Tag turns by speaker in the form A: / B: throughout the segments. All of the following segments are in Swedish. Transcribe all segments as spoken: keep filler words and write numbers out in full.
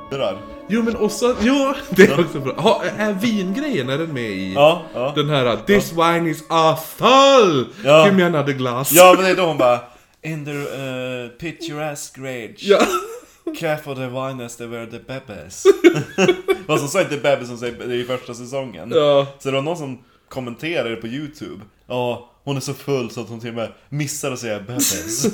A: det där.
B: Jo men också, jo, det är också bra. Ha, är vingrejen, är den med i
A: Ja, ja.
B: den här This ja. wine is awful!
A: Ja.
B: Give me another glass.
A: Ja, men det är då hon bara in the uh, picturesque rage.
B: Ja.
A: Careful the winers, they were the bebes. Vad som sa inte bebes som säger det i första säsongen.
B: Ja.
A: Så det var någon som kommenterade på YouTube. Ja, hon är så full så att hon till och med missar att säga bebes.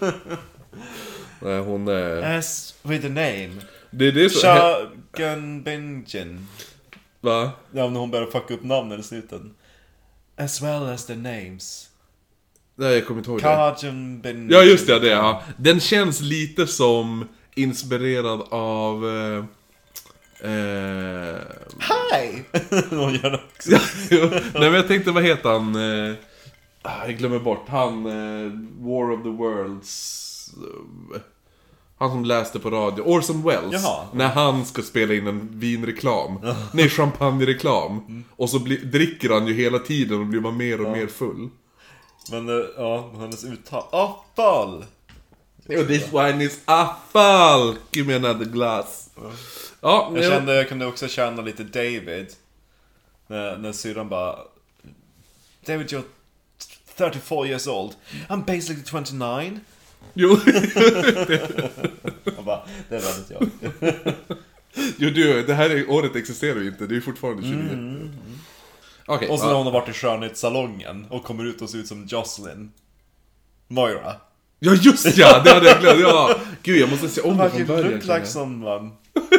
B: Nej, hon är...
A: As with the name.
B: Det är det så...
A: Shagun Benjen.
B: Va?
A: Ja, när hon börjar fucka upp namnen i slutet. As well as the names.
B: Nej, jag kommer inte ihåg det.
A: Kajan Benjen.
B: Ja, just det, det, ja. Den känns lite som inspirerad av... Eh, eh...
A: Hi! Hon gör det också.
B: Nej, men jag tänkte, vad heter han? Eh, jag glömmer bort. Han, eh, War of the Worlds... Eh, han som läste på radio, Orson Welles.
A: Jaha. När
B: han ska spela in en vinreklam. Nej, champagnereklam. Mm. Och så bli, dricker han ju hela tiden och blir man mer och ja. mer full.
A: Men, ja, hennes uttal. Avfall!
B: Oh, this wine is awful! Give me another glass. Ja.
A: Ja, jag kände, jag kunde också känna lite David. När, när syrran bara... David, you're thirty-four years old. I'm basically twenty-nine.
B: Jo.
A: Jag bara, det är väldigt jag.
B: Jo, du, det här är, året existerar ju inte. Det är fortfarande tjugonio. Mm, mm, mm. Okay,
A: och så
B: ja.
A: när hon har varit i skönhetssalongen och kommer ut och ser ut som Jocelyn Moira.
B: Ja, just ja, det hade jag glömt. Ja. Gud, jag måste se om det från början.
A: You look like someone.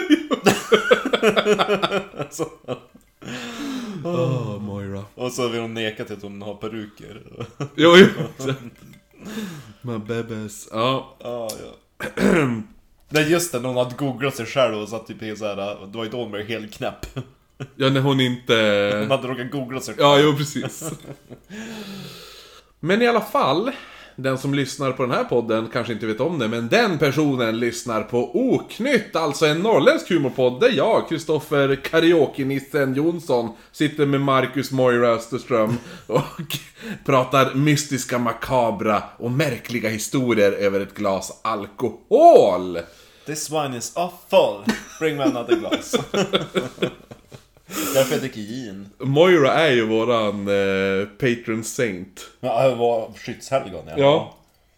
A: Så.
B: Oh, Moira.
A: Och så vill hon neka till att hon har peruker.
B: Jo, jo. My bebes. Ja.
A: Ja, ja. Nej, just det, när hon hade googlat sig själv och satt typ så här, det var ju då hon var helt knäpp.
B: Ja, när hon inte...
A: Hon hade råkat googla sig själv.
B: Ja, jo, precis. Men i alla fall, den som lyssnar på den här podden kanske inte vet om det, men den personen lyssnar på Oknytt, alltså en norrländsk humorpodd där jag, Kristoffer Karaoke-nissen Jonsson, sitter med Marcus Moira Österström och pratar mystiska, makabra och märkliga historier över ett glas alkohol.
A: This wine is awful. Bring me another glass. Därför jag dricker gin.
B: Moira är ju våran eh, patron saint.
A: Ja, jag var skyddshelgon, ja.
B: Ja.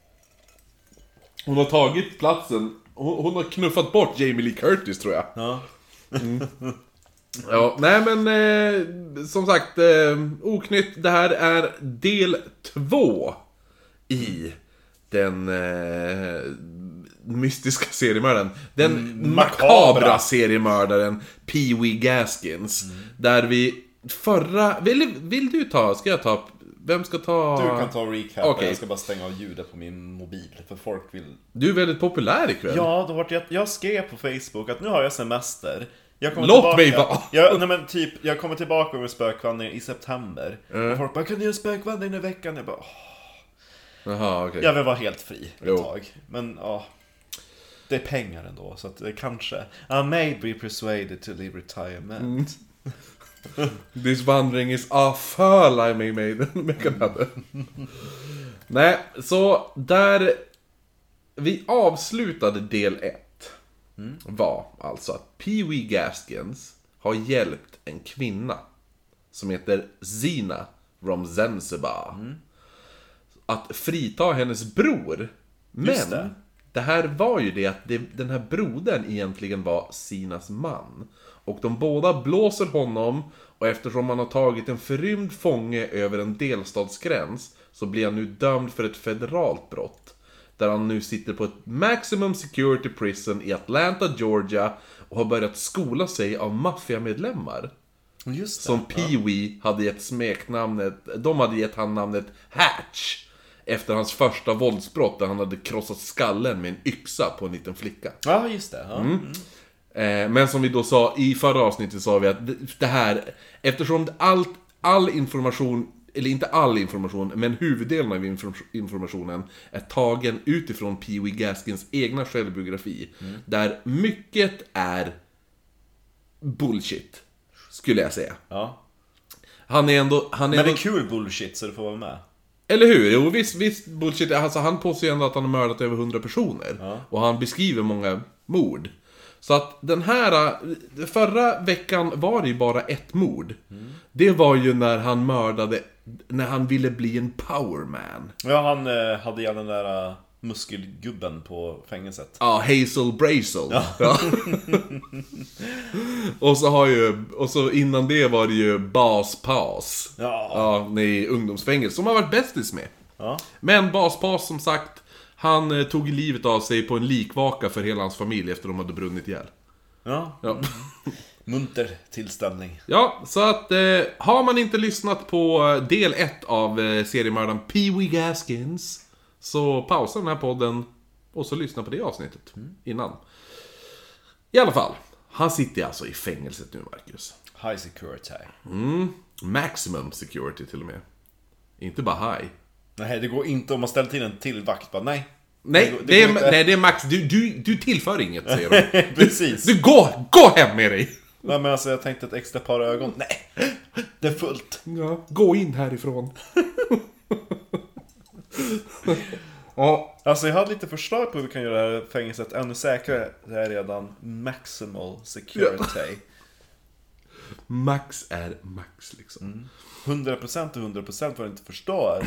B: Hon har tagit platsen. Hon, hon har knuffat bort Jamie Lee Curtis, tror jag.
A: Ja.
B: Mm. Ja, nej men eh, som sagt, eh, Oknytt, det här är del två i den eh, mystiska seriemördaren. Den mm, makabra. makabra seriemördaren Pee Wee Gaskins. Mm. Där vi förra... Vill, vill du ta? Ska jag ta? Vem ska ta?
A: Du kan ta recap.
B: Okay.
A: Jag ska bara stänga av ljudet på min mobil. För folk vill...
B: Du är väldigt populär ikväll.
A: Ja, då vart jag, jag skrev på Facebook att nu har jag semester. Jag kommer
B: Låt
A: tillbaka,
B: mig vara.
A: jag, nej men typ, jag kommer tillbaka med spökvandring i september.
B: Mm.
A: Och folk bara, kan du göra spökvandring i veckan? Jag bara, åh.
B: Jaha, okej.
A: Jag vill vara helt fri ett
B: jo.
A: tag. Men ja, det är pengar ändå. Så att det kanske, I may be persuaded to leave retirement. Mm.
B: This wandering is awful, I may make another. Nej, så där vi avslutade del ett mm. var alltså att Pee Wee Gaskins har hjälpt en kvinna som heter Zina from Zanzibar mm. att frita hennes bror. Men det. det här var ju det att det, den här brodern egentligen var Zinas man. Och de båda blåser honom, och eftersom han har tagit en förrymd fånge över en delstatsgräns så blir han nu dömd för ett federalt brott. Där han nu sitter på ett maximum security prison i Atlanta, Georgia, och har börjat skola sig av maffiamedlemmar.
A: Just det,
B: som Pee Wee hade gett smeknamnet, de hade gett han namnet Hatch efter hans första våldsbrott där han hade krossat skallen med en yxa på en liten flicka.
A: Ja, just det. Ja. Mm.
B: Eh, men som vi då sa i förra avsnittet, sa vi att det här, eftersom allt, all information, eller inte all information, men huvuddelen av informationen är tagen utifrån Pee Wee Gaskins egna självbiografi, mm. där mycket är bullshit, skulle jag säga.
A: Ja.
B: Han är ändå... Han är
A: men det är
B: ändå...
A: kul bullshit, så det får vara med.
B: Eller hur? Jo, visst, visst bullshit. Alltså, han påstår ju ändå att han har mördat över hundra personer. Ja. Och han beskriver många mord. Så att den här, förra veckan var det ju bara ett mord. Mm. Det var ju när han mördade, när han ville bli en powerman.
A: Ja, han eh, hade ju den där uh, muskelgubben på fängelset.
B: Ja, Hazel Brazel. Ja. Ja. Och så har ju, och så innan det var det ju Bas Pass.
A: Ja.
B: Ja, i ungdomsfängelse, som har varit bästis med.
A: Ja.
B: Men Bas Pass, som sagt, han eh, tog livet av sig på en likvaka för hela hans familj efter de hade brunnit ihjäl.
A: Ja.
B: Ja.
A: Munter tillställning.
B: Ja, så att eh, har man inte lyssnat på del ett av eh, seriemördaren Pee Wee Gaskins, så pausa den här podden och så lyssna på det avsnittet mm. innan. I alla fall, han sitter alltså i fängelset nu, Marcus.
A: High security.
B: Mm, maximum security till och med. Inte bara high.
A: Nej, det går inte om man ställer till en till vakt. Bara, nej.
B: Nej,
A: det går, det
B: det är,
A: inte.
B: nej, det är max. Du, du, du tillför inget, säger de.
A: Precis.
B: Du, du gå, gå hem med dig.
A: Nej, men alltså jag tänkte ett extra par ögon. Nej, det är fullt.
B: Ja, gå in härifrån. Ja.
A: Alltså jag hade lite förslag på hur vi kan göra det här fängelset ännu säkrare. Det är redan maximal security. Ja.
B: Max är max liksom.
A: Mm. hundra procent och hundra procent vad du inte förstår.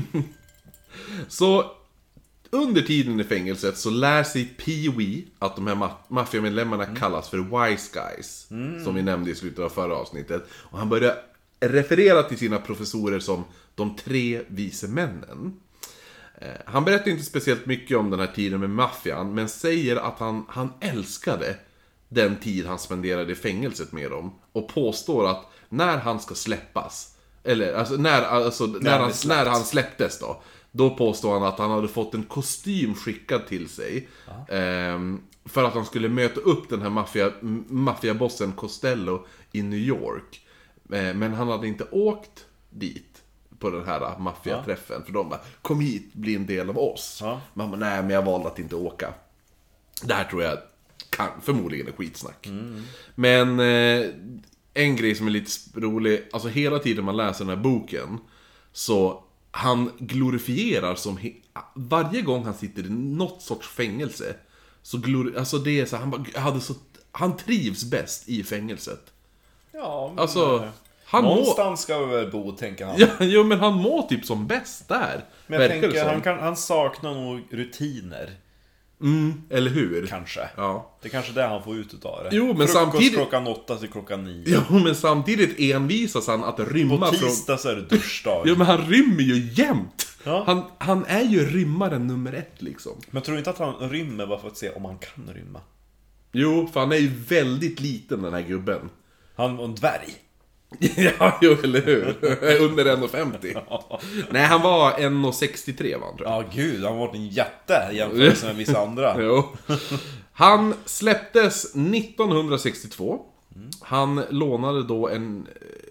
B: Så under tiden i fängelset så lär sig Pee Wee att de här ma- maffiamedlemmarna mm. kallas för wise guys. Mm. Som vi nämnde i slutet av förra avsnittet. Och han börjar referera till sina professorer som de tre vise männen. Han berättar inte speciellt mycket om den här tiden med maffian, men säger att han, han älskade den tid han spenderade i fängelset med dem. Och påstår att när han ska släppas, eller alltså när, alltså, när, när, han, när han släpptes då, då påstår han att han hade fått en kostym skickad till sig. eh, För att han skulle möta upp den här maffia, maffiabossen Costello i New York. eh, Men han hade inte åkt dit på den här maffiaträffen. Ja. För de bara, kom hit, bli en del av oss. Ja. Man bara, nej men jag valde att inte åka. Det här tror jag kan, förmodligen är skitsnack. Mm. Men eh, en grej som är lite rolig, alltså hela tiden man läser den här boken, så han glorifierar som he- varje gång han sitter i något sorts fängelse, så glor- alltså det är så han bara, hade så han trivs bäst i fängelset.
A: Ja, men
B: alltså han
A: någonstans
B: må...
A: ska vi väl bo, tänker han.
B: Ja, jo, men han mår typ som bäst där.
A: Men jag tänker, han, kan, han saknar nog rutiner.
B: Mm, eller hur?
A: Kanske.
B: Ja.
A: Det är kanske det han får ut utav det.
B: Jo, men
A: Frukost
B: samtidigt...
A: klockan åtta till klockan nio.
B: Jo, men samtidigt envisas han att rymma
A: från... På tisdag
B: från...
A: så är det duschdag.
B: Jo, men han rymmer ju jämt.
A: Ja.
B: Han, han är ju rymmaren nummer ett, liksom.
A: Men jag tror inte att han rymmer bara för att se om han kan rymma.
B: Jo, för han är ju väldigt liten, den här gubben.
A: Han var en dvärg.
B: Ja, jo, eller hur? Under en komma femtio. Nej, han var en komma sextiotre var han, tror jag.
A: Ja, gud, han var en jätte jämfört med vissa andra.
B: Jo. Han släpptes nittonhundrasextiotvå. Han lånade då en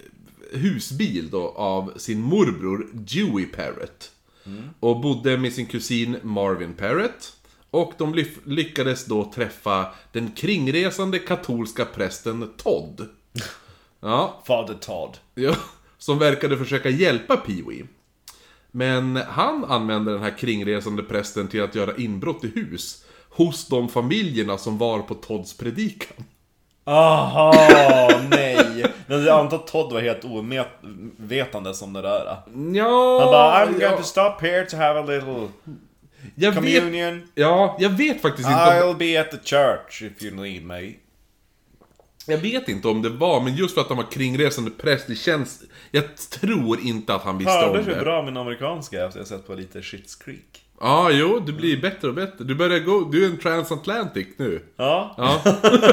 B: husbil då av sin morbror Dewey Parrott. Mm. Och bodde med sin kusin Marvin Parrott. Och de lyf- lyckades då träffa den kringresande katolska prästen Todd. Ja.
A: Father Todd.
B: Ja, som verkade försöka hjälpa Pee Wee. Men han använde den här kringresande prästen till att göra inbrott i hus hos de familjerna som var på Todds predikan.
A: Aha, nej. Men jag antar att Todd var helt ovetande som det där.
B: Ja,
A: han bara, I'm
B: ja.
A: going to stop here to have a little
B: jag
A: communion.
B: Vet, ja, jag vet faktiskt inte
A: I'll om... be at the church if you need me.
B: Jag vet inte om det var, men just för att de var kringresande präst, det känns... Jag tror inte att han visste
A: Hörde
B: om det.
A: Hörde du bra min amerikanska efter jag sett på lite Schitt's Creek?
B: Ja, ah, jo, du blir bättre och bättre. Du börjar gå, du är en transatlantic nu.
A: Ja.
B: Ja.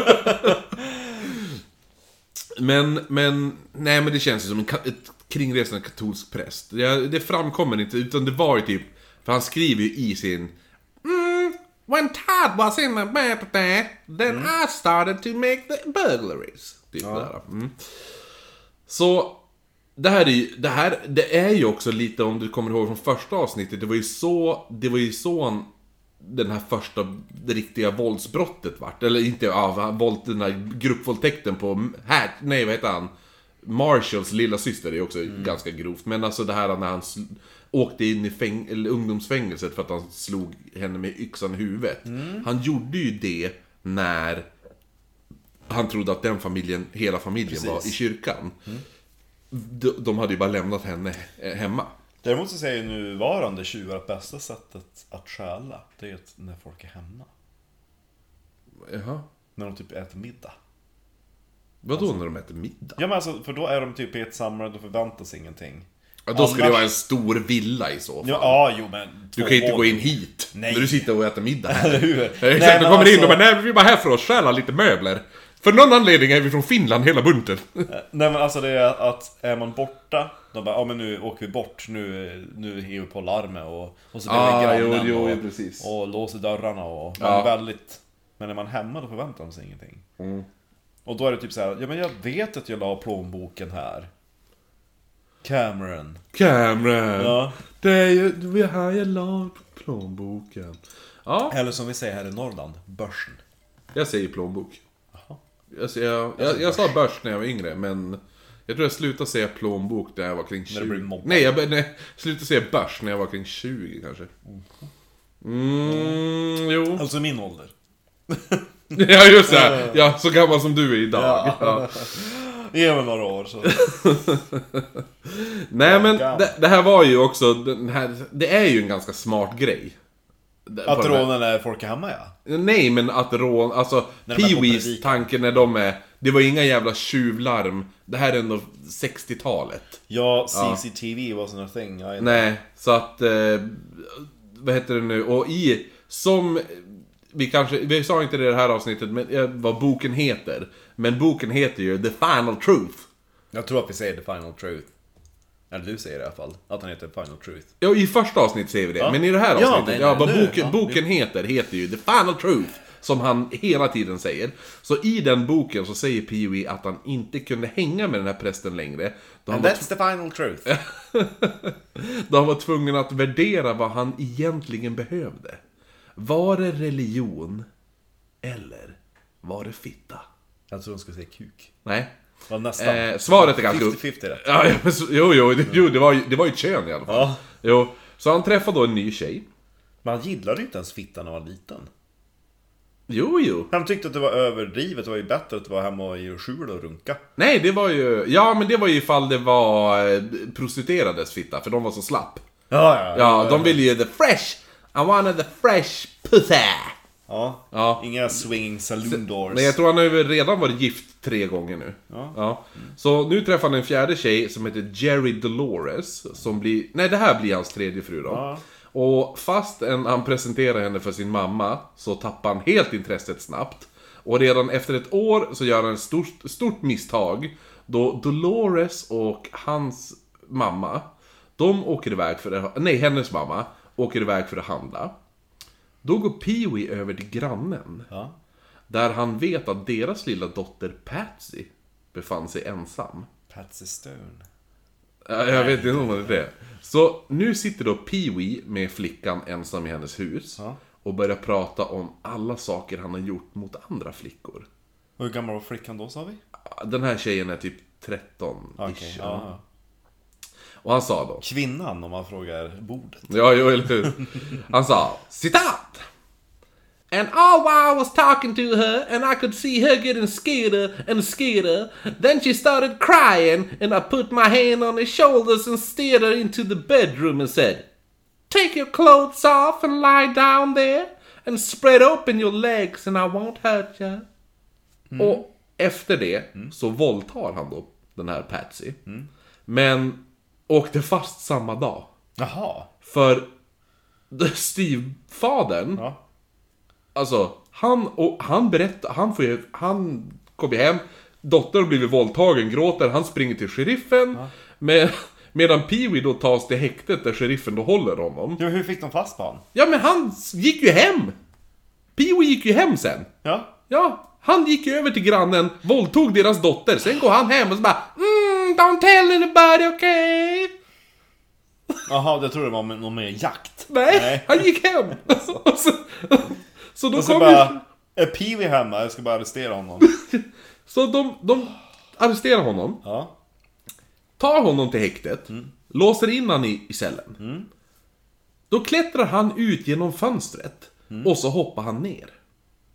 B: men, men, nej men det känns ju som en ka- ett kringresande katolsk präst. Ja, det framkommer inte, utan det var ju typ, för han skriver ju i sin... Mm, when Todd was in the birthday, then mm. I started to make the burglaries. Typ ja. Där. Mm. Så... Det här, är ju, det här det är ju också lite, om du kommer ihåg från första avsnittet, det var ju så det var ju så den här första det riktiga våldsbrottet vart, eller inte ja, våld, den här gruppvåldtäkten på här, nej vad heter han, Marshalls lilla syster är också mm. ganska grovt, men alltså det här när han sl- åkte in i fäng- eller ungdomsfängelset för att han slog henne med yxan i huvudet. Mm. Han gjorde ju det när han trodde att den familjen, hela familjen
A: Precis.
B: var i kyrkan.
A: Mm.
B: De, de hade ju bara lämnat henne hemma.
A: Däremot så säger nuvarande tjuvar att bästa sättet att stjäla, det är att när folk är hemma.
B: Jaha.
A: När de typ äter middag.
B: Vadå alltså, när de äter middag?
A: Ja men alltså, för då är de typ i ett samhälle, då förväntas ingenting.
B: Ja, då skulle Annars... det vara en stor villa i så fall.
A: Ja, ja jo men...
B: Du kan ju inte
A: år.
B: gå in hit. Nej. När du sitter och äter middag här.
A: Eller hur?
B: Exakt, nej, du kommer alltså... in och bara, nej vi är bara här för att stjäla lite möbler. För någon anledning är vi från Finland hela bunten.
A: Nej men alltså det är att är man borta, då bara, ja men nu åker vi bort, nu, nu är vi på larmet och, och så blir
B: ah,
A: det grannen
B: jo, jo,
A: och,
B: precis.
A: och låser dörrarna och
B: ja.
A: man väldigt... Men när man är hemma då förväntar de sig ingenting.
B: Mm.
A: Och då är det typ så här, ja men jag vet att jag la plånboken här. Cameron.
B: Cameron.
A: Ja.
B: Det är ju det är här jag la plånboken. Ja.
A: Eller som vi säger här i Norrland, börsen.
B: Jag säger plånbok.
A: Jaha.
B: Jag, jag, jag, jag sa börs när jag var yngre, men jag tror jag slutade säga plånbok när jag var kring tjugo.
A: När du blev mobbad.
B: Nej, jag nej, slutade säga börs när jag var kring tjugo kanske. Mm, jo.
A: Alltså min ålder.
B: Ja, just det. Ja, så gammal som du är idag. Ja. Ja.
A: Ge mig några år så.
B: Nej, men det, det här var ju också den här, det är ju en ganska smart grej.
A: Att rånen är folk är hemma, ja.
B: Nej, men att rån, alltså Pee-wees tanken när de är, det var inga jävla tjuvlarm. Det här är ändå sextiotalet.
A: Ja, C C T V was not a thing.
B: Nej, så att eh, vad heter det nu? Och i som vi kanske, vi sa inte det i det här avsnittet, men eh, vad boken heter. Men boken heter ju The Final Truth.
A: Jag tror att vi säger The Final Truth. Eller du säger det i alla fall, att den heter Final Truth.
B: Ja, i första avsnittet säger vi det. Ja. Men i det här avsnittet, ja, nej, nej, ja vad boken, ja, boken heter, heter ju The Final Truth. Som han hela tiden säger. Så i den boken så säger Pee-wee att han inte kunde hänga med den här prästen längre. Då
A: And that's the final truth.
B: Då han var tvungen att värdera vad han egentligen behövde. Var det religion? Eller var det fitta?
A: Jag tror de skulle säga kuk.
B: Nej.
A: Ja, nästan.
B: Eh, svaret är ganska...
A: femtio femtio rätt.
B: Ja, men, jo, jo, det, jo det, var ju, det var ju ett kön i alla fall.
A: Ja.
B: Jo, så han träffade då en ny tjej.
A: Men han gillade ju inte ens fitta när han var liten.
B: Jo, jo.
A: Han tyckte att det var överdrivet. Det var ju bättre att det var hemma i skjul och runka.
B: Nej, det var ju... Ja, men det var ju ifall det var eh, prostituerades fitta. För de var så slapp.
A: Ja, ja.
B: Ja, ja de ville ju the fresh. I wanted the fresh pussy.
A: Ja,
B: ja.
A: Inga swinging saloon doors.
B: Nej, jag tror han har ju redan varit gift tre gånger nu.
A: Ja.
B: Ja. Så nu träffar han en fjärde tjej som heter Jerry Dolores. Som blir... Nej, det här blir hans tredje fru då.
A: Ja.
B: Och fast en, han presenterar henne för sin mamma så tappar han helt intresset snabbt. Och redan efter ett år så gör han ett stort, stort misstag. Då Dolores och hans mamma, de åker iväg för att... Nej, hennes mamma åker iväg för att handla. Då går Pee-wee över till grannen.
A: Ja.
B: Där han vet att deras lilla dotter Patsy befann sig ensam.
A: Patsy Stone.
B: Ja, jag vet inte om det är det. Så nu sitter då Pee-wee med flickan ensam i hennes hus.
A: Ja.
B: Och börjar prata om alla saker han har gjort mot andra flickor.
A: Och hur gammal var flickan då, sa vi?
B: Den här tjejen är typ tretton-ish.
A: Okay, ja.
B: Och han sa då...
A: Kvinnan, om man frågar bordet.
B: Ja, jo, eller hur? Han sa, citat! And all while I was talking to her, and I could see her getting scared and scared. Then she started crying, and I put my hand on her shoulders and steered her into the bedroom and said, take your clothes off and lie down there, and spread open your legs and I won't hurt you. Mm. Och efter det mm. så våldtar han då den här Patsy. Mm. Men åkte fast samma dag.
A: Jaha.
B: För Steve-fadern...
A: Ja.
B: Alltså, han, och han berättar, han får ju, han kommer hem, dottern blir våldtagen, gråter, han springer till sheriffen, ja. med, medan Pee-wee då tas till häktet där sheriffen då håller honom.
A: Ja, hur fick de fast på honom?
B: Ja, men han gick ju hem! Pee-wee gick ju hem sen.
A: Ja.
B: Ja, han gick ju över till grannen, våldtog deras dotter, sen går han hem och så bara, mm, don't tell anybody, okay?
A: Jaha, det tror det var någon mer jakt.
B: Nej, Nej. han gick hem. så, så då kom
A: bara, ju... Är Pee-wee hemma? Jag ska bara arrestera honom.
B: Så de, de arresterar honom.
A: Ja.
B: Tar honom till häktet. Mm. Låser in han i, i cellen. Mm. Då klättrar han ut genom fönstret. Mm. Och så hoppar han ner.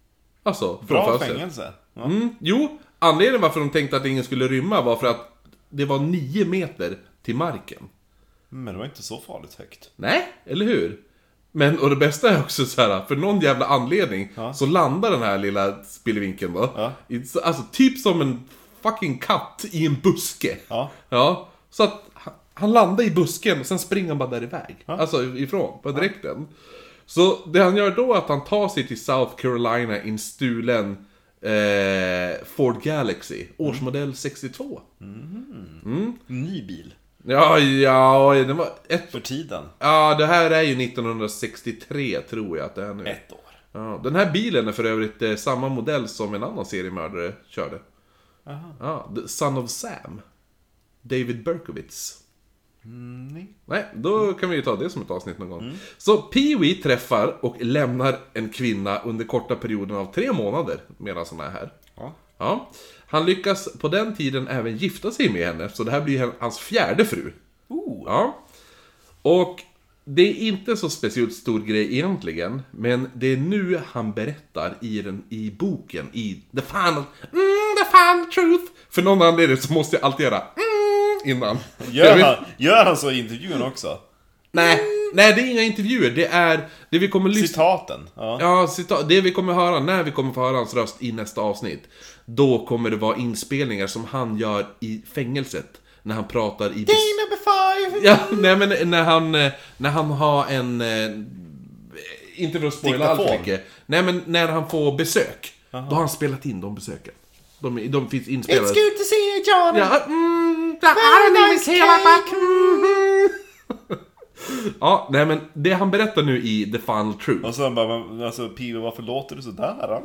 B: Alltså, från
A: Bra
B: fönstret.
A: fängelse. Ja.
B: Mm, jo, anledningen varför de tänkte att ingen skulle rymma var för att det var nio meter till marken.
A: Men det var inte så farligt högt.
B: Nej, eller hur? Men, och det bästa är också så här, för någon jävla anledning
A: Ja.
B: så landar den här lilla spillevinkeln då.
A: Ja.
B: I, alltså typ som en fucking katt i en buske.
A: Ja.
B: Ja, så att han, han landar i busken och sen springer han bara där iväg.
A: Ja.
B: Alltså ifrån, på direkten. Så det han gör då är att han tar sig till South Carolina i en stulen eh, Ford Galaxy, årsmodell sextiotvå.
A: Mm. Ny bil.
B: Ja, ja, det var ett...
A: För tiden.
B: Ja, det här är ju nittonhundrasextiotre tror jag att det är nu.
A: Ett år.
B: Ja, den här bilen är för övrigt eh, samma modell som en annan seriemördare körde.
A: Aha.
B: Ja, The Son of Sam. David Berkowitz.
A: Mm, nej.
B: Nej, då kan vi ju ta det som ett avsnitt någon gång. Mm. Så Pee-wee träffar och lämnar en kvinna under korta perioden av tre månader medan han är här.
A: Ja.
B: Ja. Han lyckas på den tiden även gifta sig med henne, så det här blir hans fjärde fru.
A: Oh.
B: Ja. Och det är inte så speciellt stor grej egentligen, men det är nu han berättar i den i boken i The Final mm, The Final Truth. För någon anledning så måste jag alltid göra mm, innan.
A: Gör,
B: vet,
A: han, gör han så i intervjun också?
B: nej, nej, det är inga intervjuer. Det är det vi kommer lyssna.
A: Citaten. Ja.
B: Ja, citat, det vi kommer höra när vi kommer få höra hans röst i nästa avsnitt. Då kommer det vara inspelningar som han gör i fängelset när han pratar i
A: Day number five.
B: ja, nej men när han när han har en eh, inte för att spoila allt för mycket. Nej men när han får besök. Aha. Då har han spelat in de besöken. De, de finns inspelade.
A: It's good to see you, John.
B: Ja, mm, I don't even care about mm. Ja, nej men det han berättar nu i The Final Truth.
A: Och sen bara, men, alltså Pee-wee, varför låter du sådär då?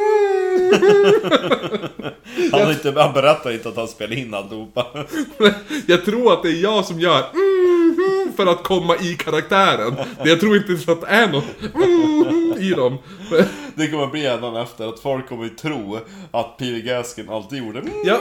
A: han, har inte, han berättar inte att han spelar in allihopa.
B: Jag tror att det är jag som gör mm, för att komma i karaktären. Jag tror inte att det är något mm, i dem.
A: Det kommer bli även efter att folk kommer att tro att Pee-wee Gaskin alltid gjorde mm.
B: Ja.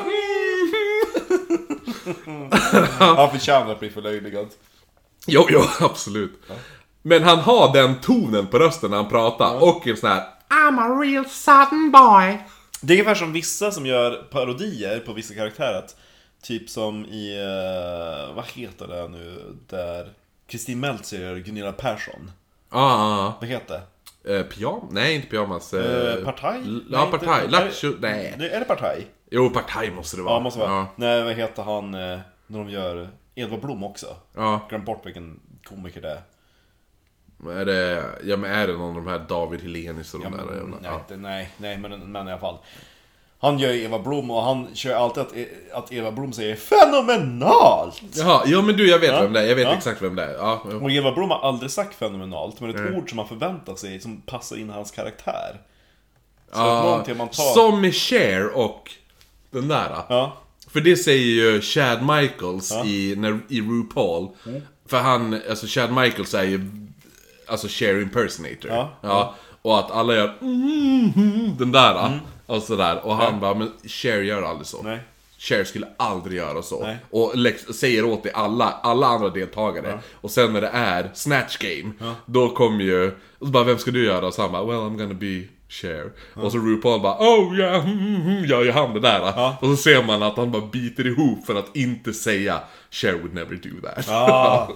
A: Han förtjänar att bli förlöjligad.
B: Jo, jo, absolut. Ja. Men han har den tonen på rösten när han pratar. Ja. Och en sån här I'm a real southern boy.
A: Det är ungefär som vissa som gör parodier på vissa karaktärer. Typ som i, uh, vad heter det nu, där Kristin Meltzer gör Gunilla Persson.
B: Ja, ah, ah.
A: Vad heter
B: det? Eh, pyjam? Nej, inte pyjamas.
A: Eh, uh, partaj?
B: L- ja, partaj. Lattjo, nej.
A: Är det partaj?
B: Jo, partaj måste det vara.
A: Ja, måste vara.
B: Ja.
A: Nej, vad heter han eh, när de gör Edvard Blom också?
B: Ja.
A: Glöm bort vilken komiker det är.
B: Är det, ja, men är det någon av de här David Hellenius och de
A: ja, men,
B: där?
A: Nej,
B: ja.
A: inte, nej, nej men, men i alla fall. Han gör Eva Blom och han kör alltid att, att Eva Blom säger fenomenalt!
B: Jaha, ja men du, jag vet
A: ja.
B: vem det är. Jag vet
A: ja.
B: exakt vem det är. Ja.
A: Och Eva Blom har aldrig sagt fenomenalt, men ett
B: mm.
A: ord som man förväntar sig som passar in i hans karaktär. Så
B: ja,
A: att man tar...
B: som med Cher och den där.
A: Ja.
B: För det säger ju Chad Michaels
A: ja.
B: i, när, i RuPaul. Mm. För han, alltså Chad Michaels är ju alltså Cher impersonator.
A: Ja.
B: Ja. Och att alla gör mm, den där
A: mm.
B: och sådär. Och han
A: ja.
B: bara, men Cher gör aldrig så.
A: Nej.
B: Cher skulle aldrig göra så.
A: Nej.
B: Och lex- säger åt det alla, alla andra deltagare. Ja. Och sen när det är Snatch Game, ja. Då kommer ju, och så bara, vem ska du göra? Och så han bara, well I'm gonna be Cher. Ja. Och så RuPaul bara, oh ja, yeah, mm, gör ju han det där. Ja. Och så ser man att han bara biter ihop för att inte säga Cher would never do that.
A: Ah.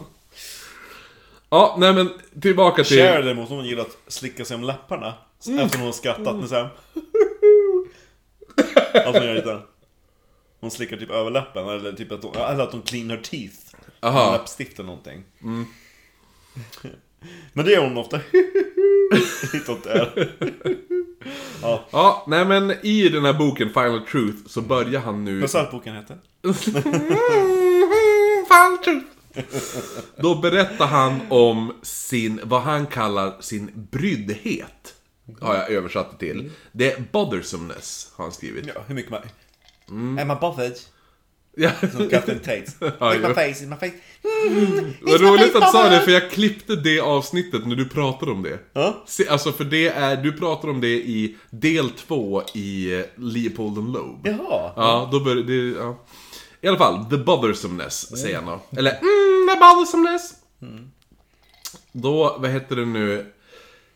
B: Ja, nej men tillbaka till...
A: Cher däremot, hon gillar att slicka sig om läpparna mm. efter hon har skrattat mm. med så här. Alltså hon gör lite. Hon slickar typ över läppen eller typ att hon, eller att hon cleanar teeth. Aha. Läppstift eller någonting. Mm. Men det gör hon ofta. Hitåt där. Ja.
B: Ja, nej men i den här boken Final Truth så börjar han nu...
A: Vad sa att boken heter?
B: Final Truth. Då berättar han om sin, vad han kallar sin bryddhet. Har jag översatt det till. Det är bothersomeness har han skrivit.
A: Ja, hur mycket man... Mm. Am I bothered?
B: Ja.
A: Som Catherine Tate.
B: Ja,
A: it's my face, it's my face.
B: Mm, Vad roligt att du sa det, för jag klippte det avsnittet när du pratade om det.
A: Ja?
B: Alltså för det är, du pratar om det i del två i Leopold and Loeb.
A: Jaha.
B: Ja, då börjar det, ja. I alla fall, the bothersomeness, mm. säger han då. Eller, mm, the bothersomeness. Mm. Då, vad heter det nu?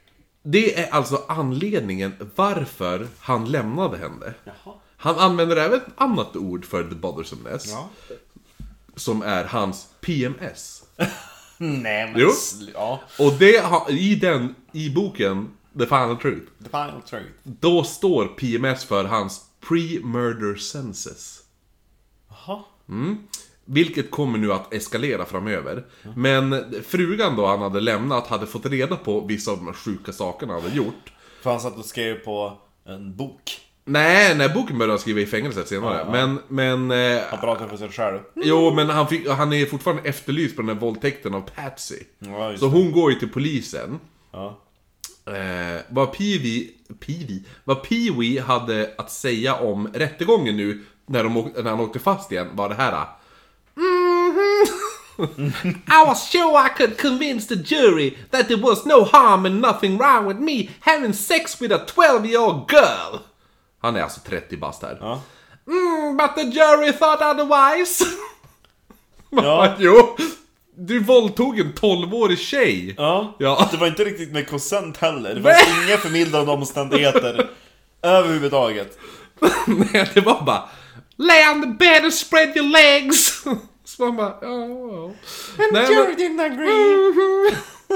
B: Det är alltså anledningen varför han lämnade henne.
A: Jaha.
B: Han använder även ett annat ord för the bothersomeness.
A: Ja.
B: Som är hans P M S.
A: Nej men...
B: Jo.
A: Ja.
B: Och det har, i den, i boken The Final Truth.
A: The Final Truth.
B: Då står P M S för hans pre-murder senses.
A: Jaha.
B: Mm. Vilket kommer nu att eskalera framöver. Mm. Men frugan då han hade lämnat hade fått reda på vissa av de sjuka sakerna han hade gjort.
A: För han satt och skrev på en bok.
B: Nej, nej, boken började han skriva i fängelset senare. Ja, ja. Men, men... Eh,
A: han pratar för sig själv.
B: Jo, men han, fick, han är fortfarande efterlyst på den här våldtäkten av Patsy.
A: Ja,
B: så hon går ju till polisen.
A: Ja.
B: Eh, vad Pee-wee, Pee-wee, vad Pee-wee hade att säga om rättegången nu när, de, när han åkte fast igen var det här. Mm-hmm. I was sure I could convince the jury that there was no harm and nothing wrong with me having sex with a twelve-year-old girl. Han är alltså trettio bast här.
A: Ja.
B: Mm, but the jury thought otherwise.
A: Ja.
B: Jo, du våldtog en tolvårig tjej.
A: Ja.
B: Ja.
A: Det var inte riktigt med konsent heller. Det var inga förmildrande omständigheter överhuvudtaget.
B: Nej, det var bara lay on the bed and spread your legs. Så man bara, ja, ja.
A: And the jury didn't agree.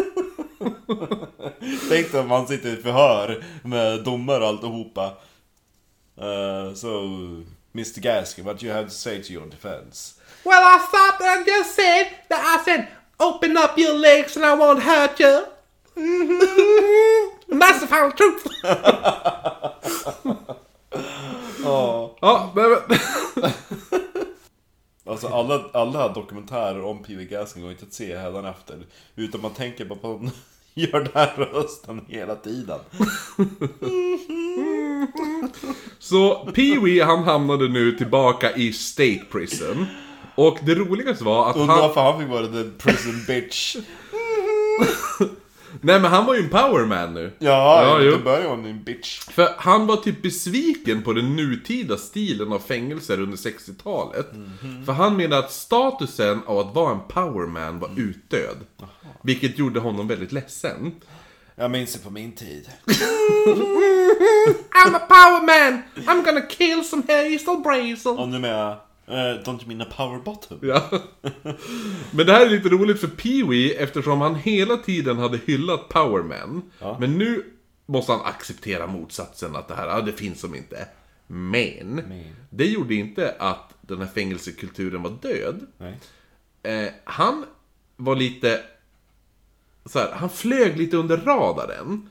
A: Tänk dig om man sitter i förhör med domare och alltihopa. Uh, so, mister Gaskin, what do you have to say to your defense?
B: Well, I thought I just said that I said, open up your legs and I won't hurt you. Mm-hmm. And that's the final truth.
A: Oh.
B: Ja, men...
A: Alltså alla, alla dokumentärer om P V Gaskin går inte att se hädanefter. Utan man tänker bara på att de gör den här rösten hela tiden.
B: Så Pee-wee han hamnade nu tillbaka i State Prison. Och det roligaste var att
A: undrar
B: han...
A: varför han fick vara the prison bitch.
B: Nej, men han var ju en powerman nu.
A: Ja,
B: ja
A: jag började han en bitch.
B: För han var typ besviken på den nutida stilen av fängelser under sextiotalet. Mm-hmm. För han menade att statusen av att vara en powerman var utdöd. Aha. Vilket gjorde honom väldigt ledsen.
A: Jag minns det på min tid.
B: I'm a powerman! I'm gonna kill some Hazel Brazel.
A: Och nu med jag... Uh, don't you mean a power bottom?
B: Ja. Men det här är lite roligt för Pee-wee eftersom han hela tiden hade hyllat Powerman. Ja. Men nu måste han acceptera motsatsen att det här, ja, det finns som inte. Men, Men det gjorde inte att den här fängelsekulturen var död.
A: Nej.
B: Eh, han var lite så här, han flög lite under radaren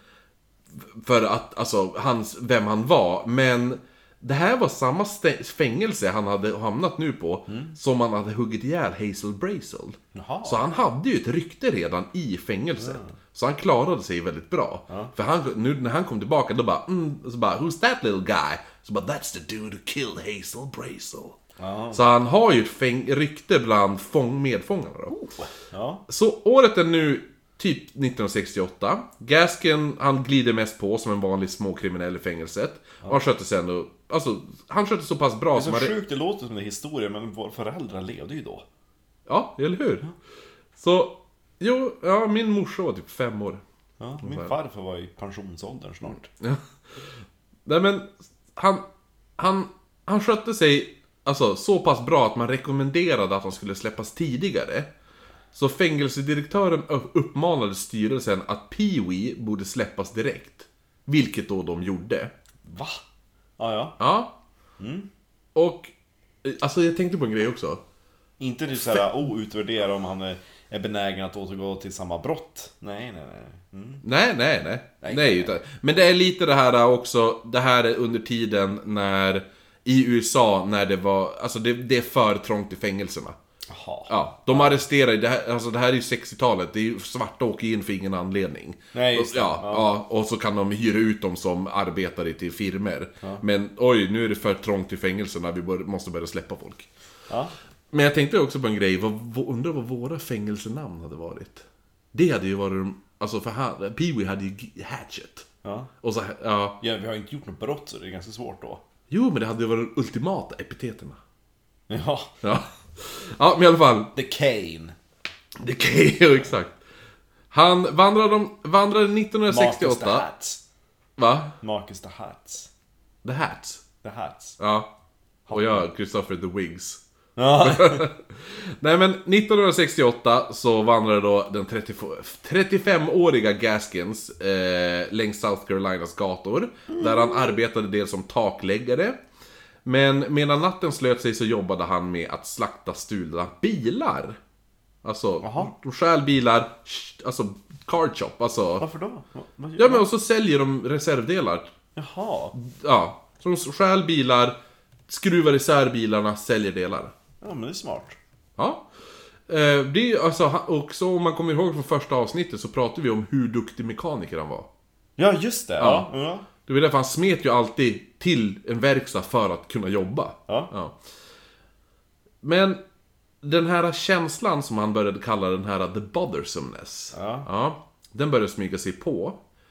B: för att, alltså, hans, vem han var. Men det här var samma st- fängelse han hade hamnat nu på mm. som han hade huggit ihjäl Hazel Brazel. Jaha. Så han hade ju ett rykte redan i fängelset. Ja. Så han klarade sig väldigt bra. Ja. För han, nu när han kom tillbaka då bara, mm, så bara, who's that little guy? Så bara, that's the dude who killed Hazel Brazel. Ja. Så han har ju ett fäng- rykte bland fång- medfångarna då. Oh. Ja. Så året är nu typ nittonhundrasextioåtta. Gaskin, han glider mest på som en vanlig småkriminell i fängelset. Ja. Och han skötte sig ändå, alltså, han skötte så pass bra.
A: Det är så
B: som
A: sjukt, det låter som en historia, men våra föräldrar levde ju då.
B: Ja, eller hur? Ja. Så, jo, ja, min morsa var typ fem år.
A: Ja, min farfar var i pensionsåldern snart.
B: Ja. Nej, men han, han, han skötte sig alltså, så pass bra att man rekommenderade att han skulle släppas tidigare. Så fängelsedirektören uppmanade styrelsen att Pee-wee borde släppas direkt. Vilket då de gjorde.
A: Va? Ja, ja.
B: Ja. Mm. Och, alltså jag tänkte på en grej också.
A: Inte det såhär, oh, utvärdera om han är, är benägen att återgå till samma brott. Nej, nej, nej. Mm.
B: Nej, nej, nej. nej, nej utan, men det är lite det här också, det här är under tiden när, i U S A, när det var, alltså det, det är för trångt i fängelserna. Aha. Ja, de arresterar, det här, alltså det här är ju sextiotalet, det är ju svarta åker in för ingen anledning.
A: Nej, just det.
B: Ja, ja. Ja, och så kan de hyra ut dem som arbetare till firmer. Ja. Men oj, nu är det för trångt i fängelserna, vi bör, måste börja släppa folk. Ja. Men jag tänkte också på en grej, vad, undrar vad våra fängelsenamn hade varit. Det hade ju varit, alltså för han, Pee-wee hade ju Hatchet.
A: Ja.
B: Och så, ja.
A: Ja, vi har inte gjort något brott så det är ganska svårt då.
B: Jo, men det hade ju varit ultimata epiteterna.
A: Ja.
B: Ja. Ja, men i alla fall.
A: The Cane.
B: The Cane, exakt. Han vandrade, vandrade nittonhundrasextioåtta.
A: Marcus the Hats.
B: Va?
A: Marcus the Hats.
B: The Hats?
A: The Hats.
B: Ja. Och jag, Christopher the Wigs.
A: Ja.
B: Nej men nittonhundrasextioåtta så vandrade då den trettiofemåriga Gaskins eh, längs South Carolinas gator. Mm. Där han arbetade dels som takläggare. Men medan natten slöt sig så jobbade han med att slakta stulna bilar. Alltså,
A: Aha.
B: de stjäl bilar, alltså car shop, alltså.
A: Varför då? Vad
B: ja men och så säljer de reservdelar.
A: Jaha.
B: Ja, så de stjäl bilar, skruvar isär bilarna, säljer delar.
A: Ja men det är smart.
B: Ja. Eh, det är alltså, också om man kommer ihåg från första avsnittet så pratade vi om hur duktig mekaniker han var.
A: Ja just det, ja, ja. ja.
B: Det var därför han smet ju alltid till en verkstad för att kunna jobba.
A: Ja.
B: Ja. Men den här känslan som han började kalla den här the bothersomeness.
A: Ja.
B: Ja, den började smyga sig på.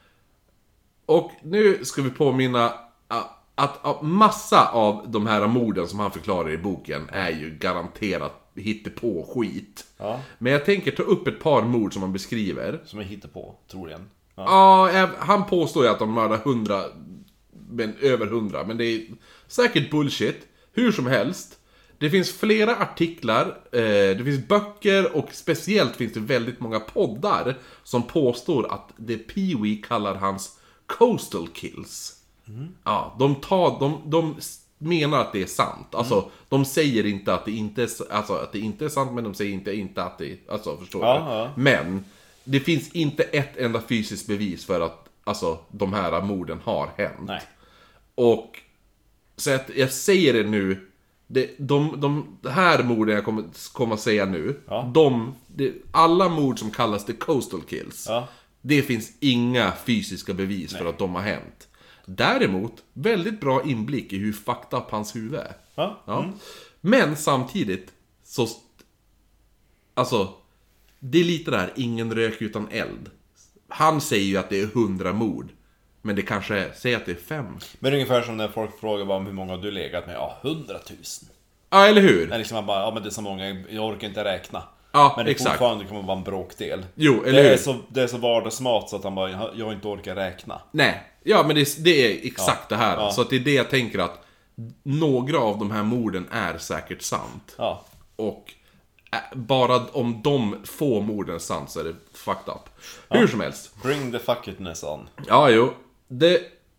B: Och nu ska vi påminna att, att massa av de här morden som han förklarar i boken är ju garanterat hittepå skit.
A: Ja.
B: Men jag tänker ta upp ett par mord som han beskriver.
A: Som jag hittar på, troligen.
B: Ja, ja han påstår ju att de mördar hundra, men över hundra. Men det är säkert bullshit. Hur som helst. Det finns flera artiklar, eh, det finns böcker och speciellt finns det väldigt många poddar som påstår att det Pee-wee kallar hans coastal kills. Mm. Ja, de, tar, de, de menar att det är sant. Alltså, mm. de säger inte att det inte är, alltså, att det inte är sant, men de säger inte, inte att det alltså, förstår du?
A: Ja.
B: Men det finns inte ett enda fysiskt bevis för att alltså, de här morden har hänt.
A: Nej.
B: Och så att jag säger det nu. Det, de, de, de här morden jag kommer, kommer att säga nu,
A: ja.
B: de, det, alla mord som kallas the coastal kills,
A: ja.
B: det finns inga fysiska bevis Nej. för att de har hänt. Däremot, väldigt bra inblick i hur fucked up hans huvud är.
A: Ja.
B: Ja.
A: Mm.
B: Men samtidigt så, alltså, det är lite där, ingen rök utan eld. Han säger ju att det är hundra mord. Men det kanske är, säg att det är fem.
A: Men det är ungefär som när folk frågar bara om hur många du legat med. Ja, hundratusen.
B: Ja, eller hur?
A: Men liksom man bara, ja men det är så många, jag orkar inte räkna.
B: Ja,
A: men det
B: exakt.
A: fortfarande kommer vara en bråkdel.
B: Jo, eller
A: det
B: hur?
A: är så, det är så vardagsmat så att han bara, jag inte orkar räkna.
B: Nej, ja men det, det är exakt
A: ja.
B: det här.
A: Ja.
B: Så att det är det jag tänker att några av de här morden är säkert sant.
A: Ja.
B: Och bara om de få morden är sant så är det fucked up. Ja. Hur som helst.
A: Bring the fuckitness on.
B: Ja, jo. Det,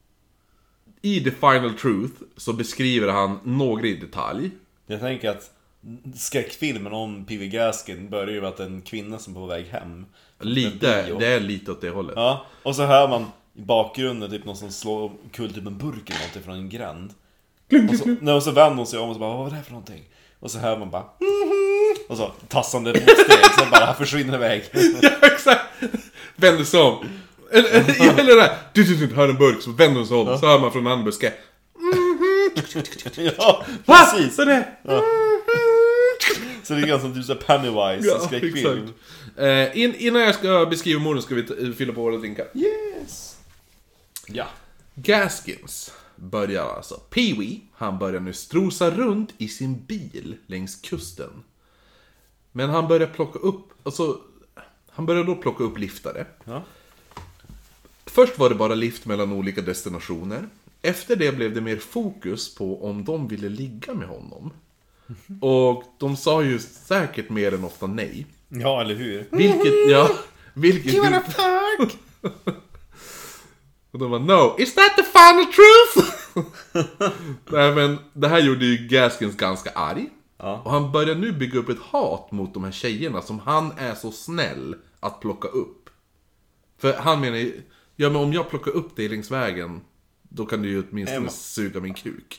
B: i The Final Truth så beskriver han några i detalj.
A: Jag tänker att skräckfilmen om P V Gaskin börjar ju med att en kvinna som är på väg hem.
B: Lite, det är lite åt det hållet.
A: Ja, och så hör man i bakgrunden typ någon som slår kul typ en burk eller någonting från en gränd. Och så, nej, och så vänder hon sig om och så bara, vad var det här för någonting? Och så hör man bara och så tassande mot steg, så bara försvinner iväg.
B: Ja, exakt. Vänder sig om. Eller, eller, eller det där, du, du, du, hör en burk, så vänder sig om, ja. Så hör man från en buske.
A: Ja, precis.
B: Så det.
A: Ja. Så det är ganska som typ Pennywise,
B: ja,
A: skräckfilm.
B: Uh, in, innan jag ska beskriva morden ska vi t- fylla på våra drinkar.
A: Yes. Ja.
B: Gaskins börjar alltså. Pee-wee, han börjar nu strosa runt i sin bil längs kusten. Men han börjar plocka upp, alltså, han börjar då plocka upp liftare.
A: Ja.
B: Först var det bara lift mellan olika destinationer. Efter det blev det mer fokus på om de ville ligga med honom. Och de sa ju säkert mer än ofta nej.
A: Ja, eller hur?
B: Vilket, ja, vilket...
A: You wanna fuck?
B: Och de var, no, is that the final truth? Nej, men det här gjorde ju Gaskins ganska arg.
A: Ja.
B: Och han börjar nu bygga upp ett hat mot de här tjejerna som han är så snäll att plocka upp. För han menar ju, ja men om jag plockar upp dig längs vägen, då kan du ju åtminstone Emma. suga min kuk.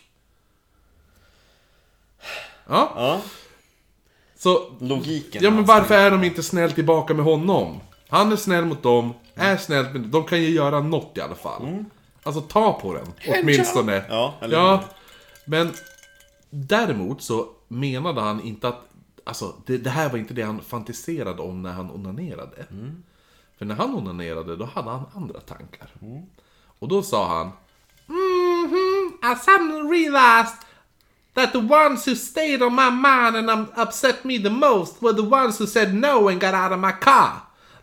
B: Ja.
A: Ja.
B: Så,
A: logiken.
B: ja men varför är de inte snäll tillbaka med honom? Han är snäll mot dem, är snäll med dem. De kan ju göra något i alla fall. Mm. Alltså ta på den, åtminstone.
A: Ja, eller
B: ja. Men däremot så menade han inte att, alltså det, det här var inte det han fantiserade om när han onanerade. Mm. För när han onanerade, då hade han andra tankar. Mm. Och då sa han, mm-hmm, I suddenly realized that the ones who stayed on my mind and upset me the most were the ones who said no and got out of my car.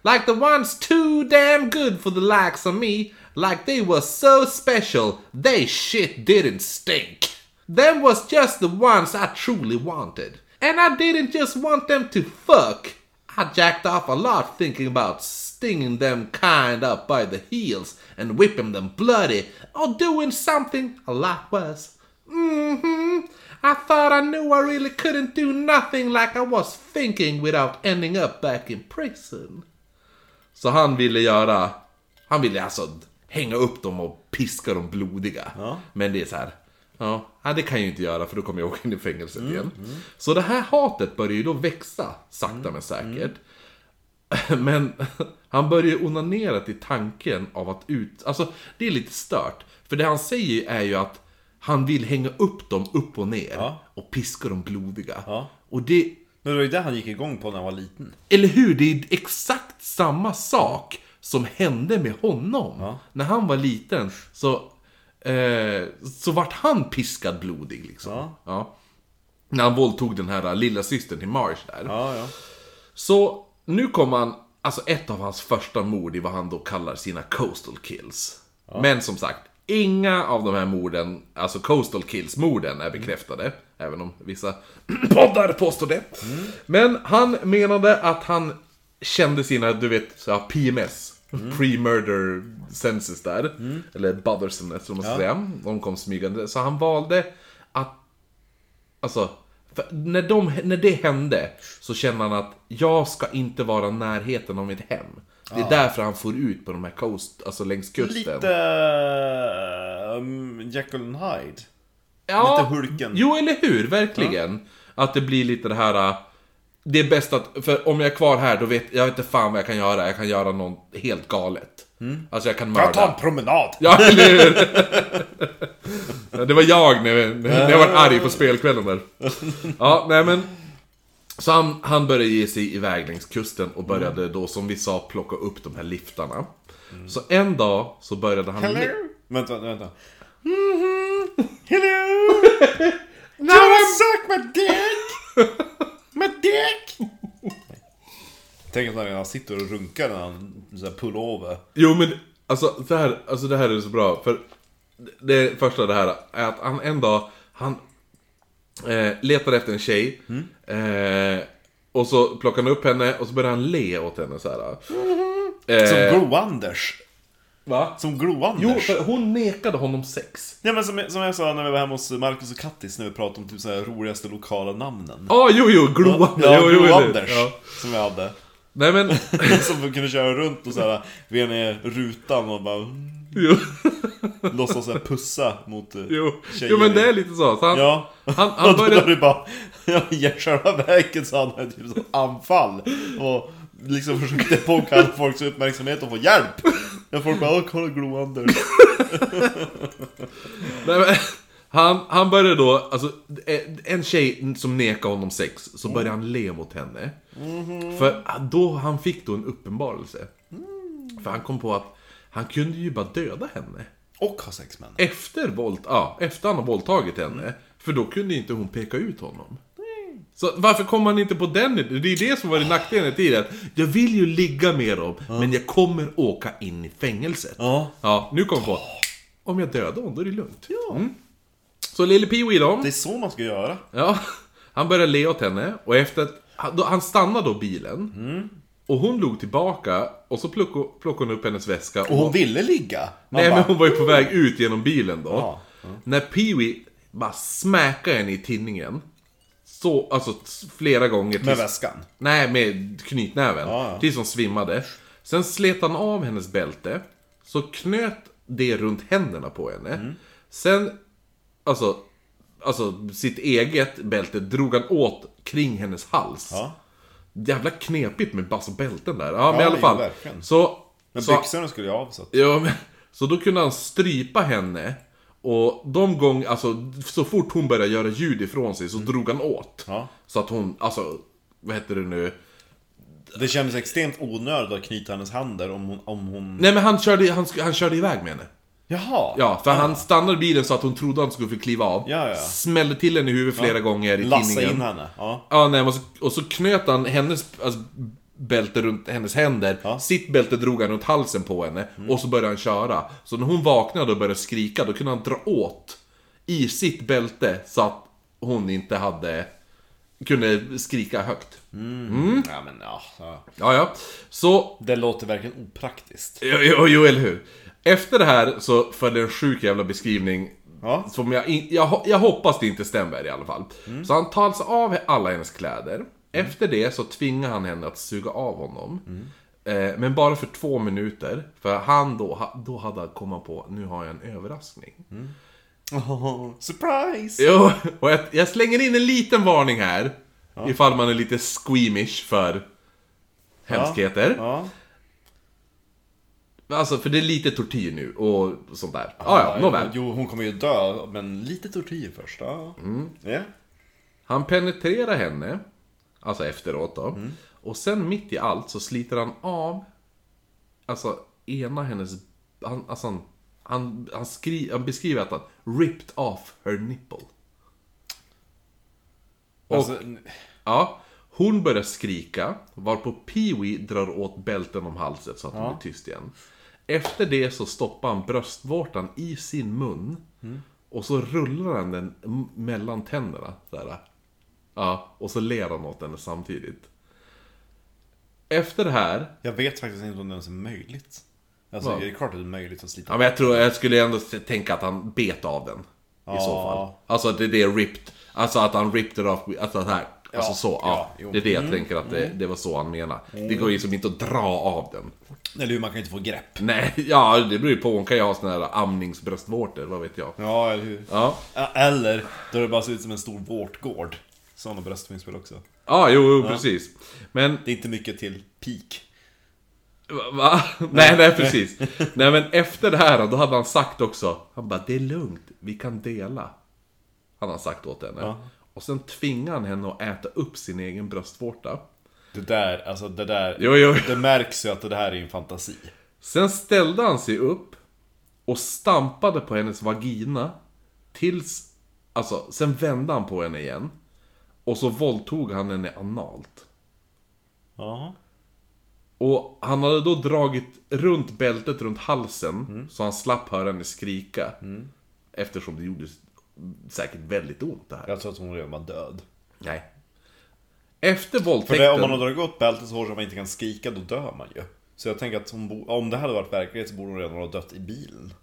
B: Like the ones too damn good for the likes of me. Like they were so special, they shit didn't stink. Them was just the ones I truly wanted. And I didn't just want them to fuck. I jacked off a lot thinking about stinging them kind up by the heels and whipping them bloody, or doing something a lot worse. Mm-hmm. I thought I knew I really couldn't do nothing like I was thinking without ending up back in prison. Så han ville göra, han ville alltså hänga upp dem och piska dem blodiga. Ja. Men det är så här, ja, det kan jag ju inte göra för då kommer jag åka in i fängelset mm, igen. Mm. Så det här hatet börjar ju då växa sakta mm, men säkert. Mm. Men han börjar onanera till tanken av att ut, alltså det är lite stört. För det han säger är ju att han vill hänga upp dem upp och ner ja. Och piska dem blodiga. Ja. Och det...
A: Men det var ju det han gick igång på när han var liten.
B: Eller hur? Det är exakt samma sak som hände med honom. Ja. När han var liten så, eh, så vart han piskad blodig liksom. Ja. Ja. När han våldtog den här lilla systern till Marsh där.
A: Ja, ja.
B: Så nu kommer han, alltså ett av hans första mord i vad han då kallar sina coastal kills. Ja. Men som sagt, inga av de här morden, alltså coastal kills-morden är bekräftade. Mm. Även om vissa poddar påstår det. Mm. Men han menade att han kände sina, du vet, så P M S. Mm. Pre-murder senses där. Mm. Eller Bothersomeness som man ska ja. säga. De kom smygande. Så han valde att, alltså, när, de, när det hände så kände han att jag ska inte vara närheten av mitt hem. Det är ah. därför han får ut på de här coast, alltså längs kusten.
A: Lite um, Jekyll and Hyde.
B: Ja,
A: lite Hulken.
B: Jo, eller hur, verkligen. Ja. Att det blir lite det här. Det är bäst att, för om jag är kvar här då vet jag vet inte fan vad jag kan göra. Jag kan göra något helt galet. Mm. Alltså jag kan mörda.
A: Jag tar en promenad.
B: Ja, eller hur? Det var jag när, när jag var arg på spelkvällen där. Ja, nej men. Så han, han började ge sig iväg längs kusten och började mm. då, som vi sa, plocka upp de här liftarna. Mm. Så en dag så började han...
A: Hello? Le- vänta, vänta. Mm-hmm. Hello?
B: Now I suck my dick! My dick!
A: Tänk att han sitter och runkar när han så här pull over.
B: Jo, men alltså det, här, alltså det här är så bra. För det första det här är att han en dag... Han... Eh, letar efter en tjej mm. eh, och så plockar han upp henne och så börjar han le åt henne så här.
A: Mm-hmm. eh, Som Glo-Anders.
B: Va?
A: Som Glo-Anders.
B: Jo, för hon nekade honom sex.
A: Ja, men som, som jag sa när vi var hemma hos Marcus och Kattis, när vi pratade om typ så här roligaste lokala namnen.
B: Ja, ah, jo, jo, Glo-Anders.
A: Ja,
B: jo,
A: Glo-Anders
B: ja.
A: som jag hade.
B: Nej, men
A: som vi kunde köra runt och så här vid ner rutan och bara
B: jo.
A: låtsas så här pussa mot
B: jo. jo, men det är lite så, så han,
A: ja.
B: han, han började
A: du bara ja, i själva verket så hade han typ så anfall och liksom försökte påkalla folks uppmärksamhet och få hjälp. Jag folk bara, åh, kolla Glo-Anders.
B: Nej, men han, han började då, alltså en tjej som nekar honom sex, så började han le mot henne. Mm-hmm. För då han fick då en uppenbarelse. Mm. För han kom på att han kunde ju bara döda henne.
A: Och ha sex med henne.
B: Efter våld, ja, efter han har våldtagit henne. Mm. För då kunde inte hon peka ut honom. Mm. Så varför kom han inte på den? Det är det som var i nackdelen i tiden. Jag vill ju ligga med dem, ja. Men jag kommer åka in i fängelset. Ja, ja nu kom jag på. Om jag dödar honom, då är det lugnt.
A: Ja.
B: Mm. Så lille Pee-wee då.
A: Det är så man ska göra.
B: Ja, han började le åt henne. Och efter att, han stannade då bilen. Mm. Och hon låg tillbaka. Och så plockade, plockade hon upp hennes väska.
A: Och, och hon ville ligga.
B: Nej, bara, men hon var ju på väg ut genom bilen då.
A: Ja, ja.
B: När Pee-wee bara smäckade henne i tinningen. Så, alltså flera gånger. Tills,
A: med väskan?
B: Nej, med knytnäven.
A: Ja, ja.
B: Tills hon svimmade. Sen slet han av hennes bälte. Så knöt det runt händerna på henne. Mm. Sen, alltså, alltså sitt eget bälte drog han åt kring hennes hals.
A: Ja.
B: Jävla knepigt med bara bälten där. Ja, men i alla fall.
A: Verkligen.
B: Så,
A: men
B: så,
A: byxorna skulle jag av så att...
B: Ja, men, så då kunde han strypa henne. Och de gånger, alltså så fort hon började göra ljud ifrån sig så mm. drog han åt.
A: Ja.
B: Så att hon, alltså, vad heter det nu?
A: Det kändes extremt onödigt att knyta hennes händer om hon... Om hon...
B: Nej, men han körde, han, han körde iväg med henne.
A: Jaha.
B: Ja, för
A: ja.
B: han stannade bilen så att hon trodde att han skulle få kliva av.
A: Ja, ja.
B: Smällde till henne i huvudet flera ja. gånger i
A: Lassa
B: tinningen.
A: in henne. Ja.
B: Ja, nej, och så, och så knöt han hennes alltså, bälte runt hennes händer.
A: Ja.
B: Sitt bälte drog han runt halsen på henne. Mm. Och så började han köra. Så när hon vaknade och började skrika, då kunde han dra åt i sitt bälte så att hon inte hade kunde skrika högt.
A: Mm. Mm. Ja, men ja,
B: ja. Ja, ja. Så
A: det låter verkligen opraktiskt.
B: Jo, jo, jo, eller hur? Efter det här så följer en sjuk jävla beskrivning. Ja. Som jag, jag, jag hoppas det inte stämmer i alla fall. Mm. Så han tar alltså av alla hennes kläder. Mm. Efter det så tvingar han henne att suga av honom. Mm. eh, Men bara för två minuter. För han då, då hade han kommit på, nu har jag en överraskning. Mm.
A: Oh, surprise!
B: Jo, och jag, jag slänger in en liten varning här. Ja. Ifall man är lite squeamish för hemskheter.
A: Ja.
B: Ja. Alltså, för det är lite tortyr nu och sånt där. Ja, ja, nåväl.
A: Jo, hon kommer ju dö, men lite tortyr först. Ja. Mm. Yeah.
B: Han penetrerar henne, alltså efteråt då. Mm. Och sen mitt i allt så sliter han av, alltså ena hennes, han, alltså han, han, han, skri, han beskriver att han ripped off her nipple. Och, alltså, ja, hon börjar skrika, varpå Pee-wee drar åt bälten om halset så att hon ja. blir tyst igen. Efter det så stoppar han bröstvårtan i sin mun. Mm. Och så rullar han den mellan tänderna där. Ja, och så ler han åt den samtidigt. Efter det här...
A: Jag vet faktiskt inte om det ens är möjligt. Alltså, ja. Det är klart att det är möjligt att slita.
B: Ja, men jag tror, jag skulle ändå tänka att han bet av den. Ja. I så fall. Alltså att det är det ripped. Alltså att han ripped it off. Alltså här. Ja, alltså så, ja, ja det är det jag mm, tänker att det, det var så han menar. Mm. Det går ju som inte att dra av den.
A: Eller hur, man kan inte få grepp.
B: Nej, ja, det beror ju på. Hon kan ju ha såna här amningsbröstvårtor, vad vet jag.
A: Ja, eller hur. Ja. Eller, då det bara ser ut som en stor vårtgård. Sådana bröst finns väl också.
B: Ja, jo, jo ja. precis. Men...
A: det är inte mycket till peak.
B: Va? Va? Nej, nej, precis. Nej, men efter det här då hade han sagt också. Han bara, det är lugnt, vi kan dela. Han har sagt åt henne. Ja. Och sen tvingar han henne att äta upp sin egen bröstvårta.
A: Det där, alltså det där
B: jo, jo.
A: Det märks ju att det här är en fantasi.
B: Sen ställde han sig upp och stampade på hennes vagina tills, alltså, sen vände han på henne igen. Och så våldtog han henne analt.
A: Ja.
B: Och han hade då dragit runt bältet runt halsen mm. så han slapp höra henne skrika. Mm. Eftersom det gjorde säkert väldigt ont det här.
A: Jag tror att hon redan var död.
B: Nej. Efter våldtäkten...
A: För det, om man har dragit åt bältet så hårt att man inte kan skrika, då dör man ju. Så jag tänker att hon bo... om det hade varit verklighet så borde hon redan ha dött i bilen.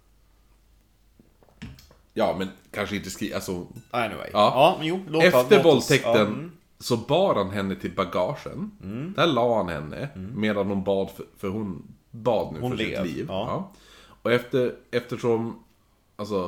B: Ja, men kanske inte skrika, alltså...
A: Anyway.
B: Ja.
A: Ja, men jo, låt
B: efter
A: låt
B: våldtäkten
A: oss... mm.
B: så bar han henne till bagagen. Mm. Där la han henne mm. medan hon bad för, för hon bad nu hon för lev. sitt liv. Ja. Ja. Och efter, eftersom alltså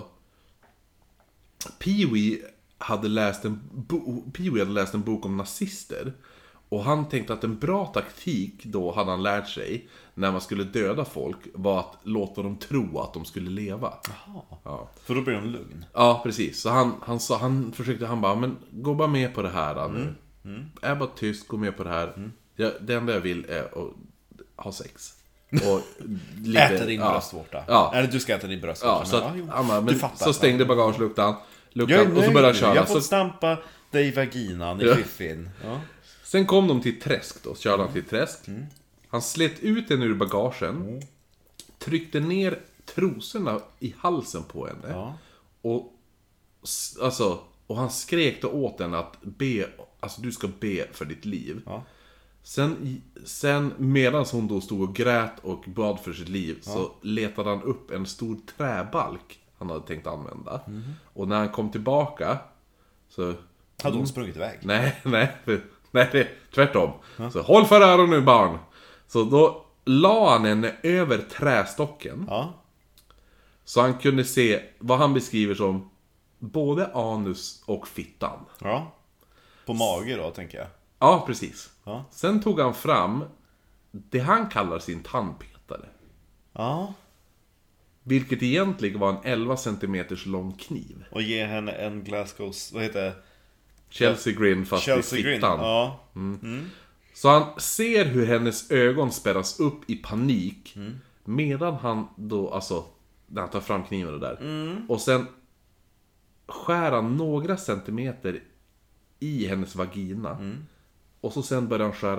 B: Pee-wee hade läst en bo, Pee-wee hade läst en bok om nazister. Och han tänkte att en bra taktik då hade han lärt sig när man skulle döda folk var att låta dem tro att de skulle leva.
A: Jaha. Ja. För då blir de lugn.
B: Ja, precis. Så han, han, sa, han försökte, han bara, men gå bara med på det här nu. Mm. Mm. Är bara tyst, gå med på det här. Mm. Jag, det enda jag vill är att ha sex. Och
A: lite, äta din ja. bröstvårta. Ja. Eller du ska äta din bröstvårta.
B: Ja, så, att, men, ja, men, du fattar, så stängde bagageluckan. Luktan, och så började han köra.
A: Jag får stampa dig i vaginan i fiffin. Ja.
B: Sen kom de till träsk då, så körde han till träsk. Mm. Han slet ut den ur bagagen. Mm. Tryckte ner trosorna i halsen på henne. Ja. Och alltså, och han skrek då åt henne att be, alltså du ska be för ditt liv. Ja. Sen, sen medan hon då stod och grät och bad för sitt liv ja. så letade han upp en stor träbalk han hade tänkt använda. Mm. Och när han kom tillbaka så...
A: hade hon sprungit iväg?
B: Nej, nej, för, nej det, tvärtom. Ja. Så håll för öron nu barn. Så då la han henne över trästocken. Ja. Så han kunde se vad han beskriver som både anus och fittan.
A: Ja. På mage då, tänker jag.
B: Ja, precis. Ja. Sen tog han fram det han kallar sin tandpetare.
A: Ja.
B: Vilket egentligen var en elva centimeters lång kniv.
A: Och ge henne en Glasgows, vad heter det?
B: Chelsea Grin fast
A: Chelsea
B: i fittan.
A: Grin. Ja.
B: Mm. Mm. Så han ser hur hennes ögon spärras upp i panik. Mm. Medan han då, alltså, när han tar fram kniven och där. Mm. Och sen skär han några centimeter i hennes vagina. Mm. Och så sen börjar han skära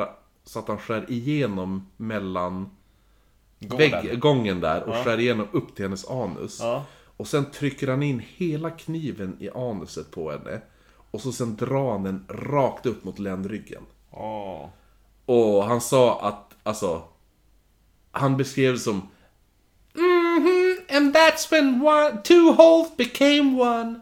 B: så att han skär igenom mellan
A: Gården.
B: vägg, gången där och
A: Ja.
B: skär igenom upp till hennes anus.
A: Ja.
B: Och sen trycker han in hela kniven i anuset på henne. Och så sen drar han den rakt upp mot ländryggen.
A: Åh.
B: Och han sa att, alltså, han beskrev det som mhm, and that's when one, two holes became one.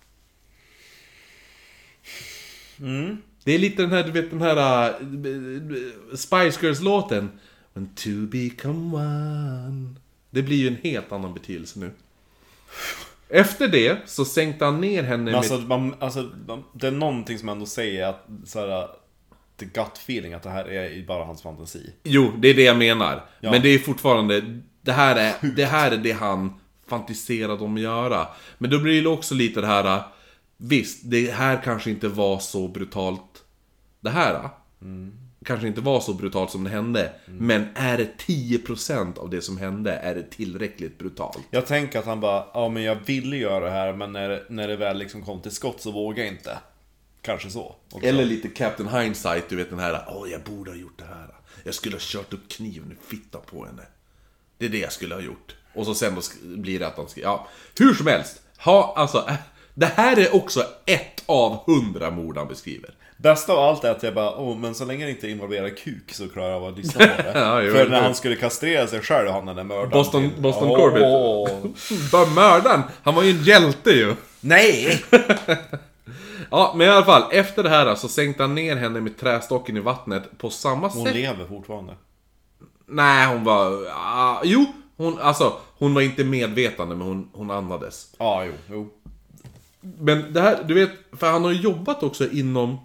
A: Mm.
B: Det är lite den här, du vet den här uh, Spice Girls-låten. When two become one. Det blir ju en helt annan betydelse nu. Efter det så sänkte han ner henne
A: Men
B: med...
A: alltså, man, alltså, det är någonting som ändå säger att så här, the gut feeling att det här är bara hans fantasi.
B: Jo, det är det jag menar.
A: Ja.
B: Men det är fortfarande... Det här är, det här är det han fantiserade om att göra. Men då blir det också lite det här... Visst, det här kanske inte var så brutalt. Det här mm. kanske inte var så brutalt som det hände. Mm. Men är det tio procent av det som hände, är det tillräckligt brutalt?
A: Jag tänker att han bara, ja men jag ville göra det här, men när, när det väl liksom kom till skott så vågar jag inte. Kanske så också.
B: Eller lite Captain Hindsight, du vet den här, åh jag borde ha gjort det här. Jag skulle ha kört upp kniven i fitta på henne. Det är det jag skulle ha gjort. Och så sen då blir det att han ska, ja. Hur som helst, ha, alltså, äh, det här är också ett av hundra mord han beskriver.
A: Bästa av allt är att jag bara, åh men så länge det inte involverar kuk så klarar jag av att lyssna på det.
B: Ja, jo,
A: för när
B: jo.
A: han skulle kastrera sig själv, han den där mördaren.
B: Boston, Boston
A: Åh.
B: Corbett. Bara mördaren, han var ju en hjälte ju.
A: Nej!
B: Ja, men i alla fall, efter det här så sänkte han ner henne med trästocken i vattnet på samma
A: Hon
B: sätt.
A: lever fortfarande.
B: Nej, hon var... Uh, jo, hon, alltså, hon var inte medvetande, men hon, hon andades.
A: Ja, jo, jo.
B: Men det här, du vet, för han har ju jobbat också inom...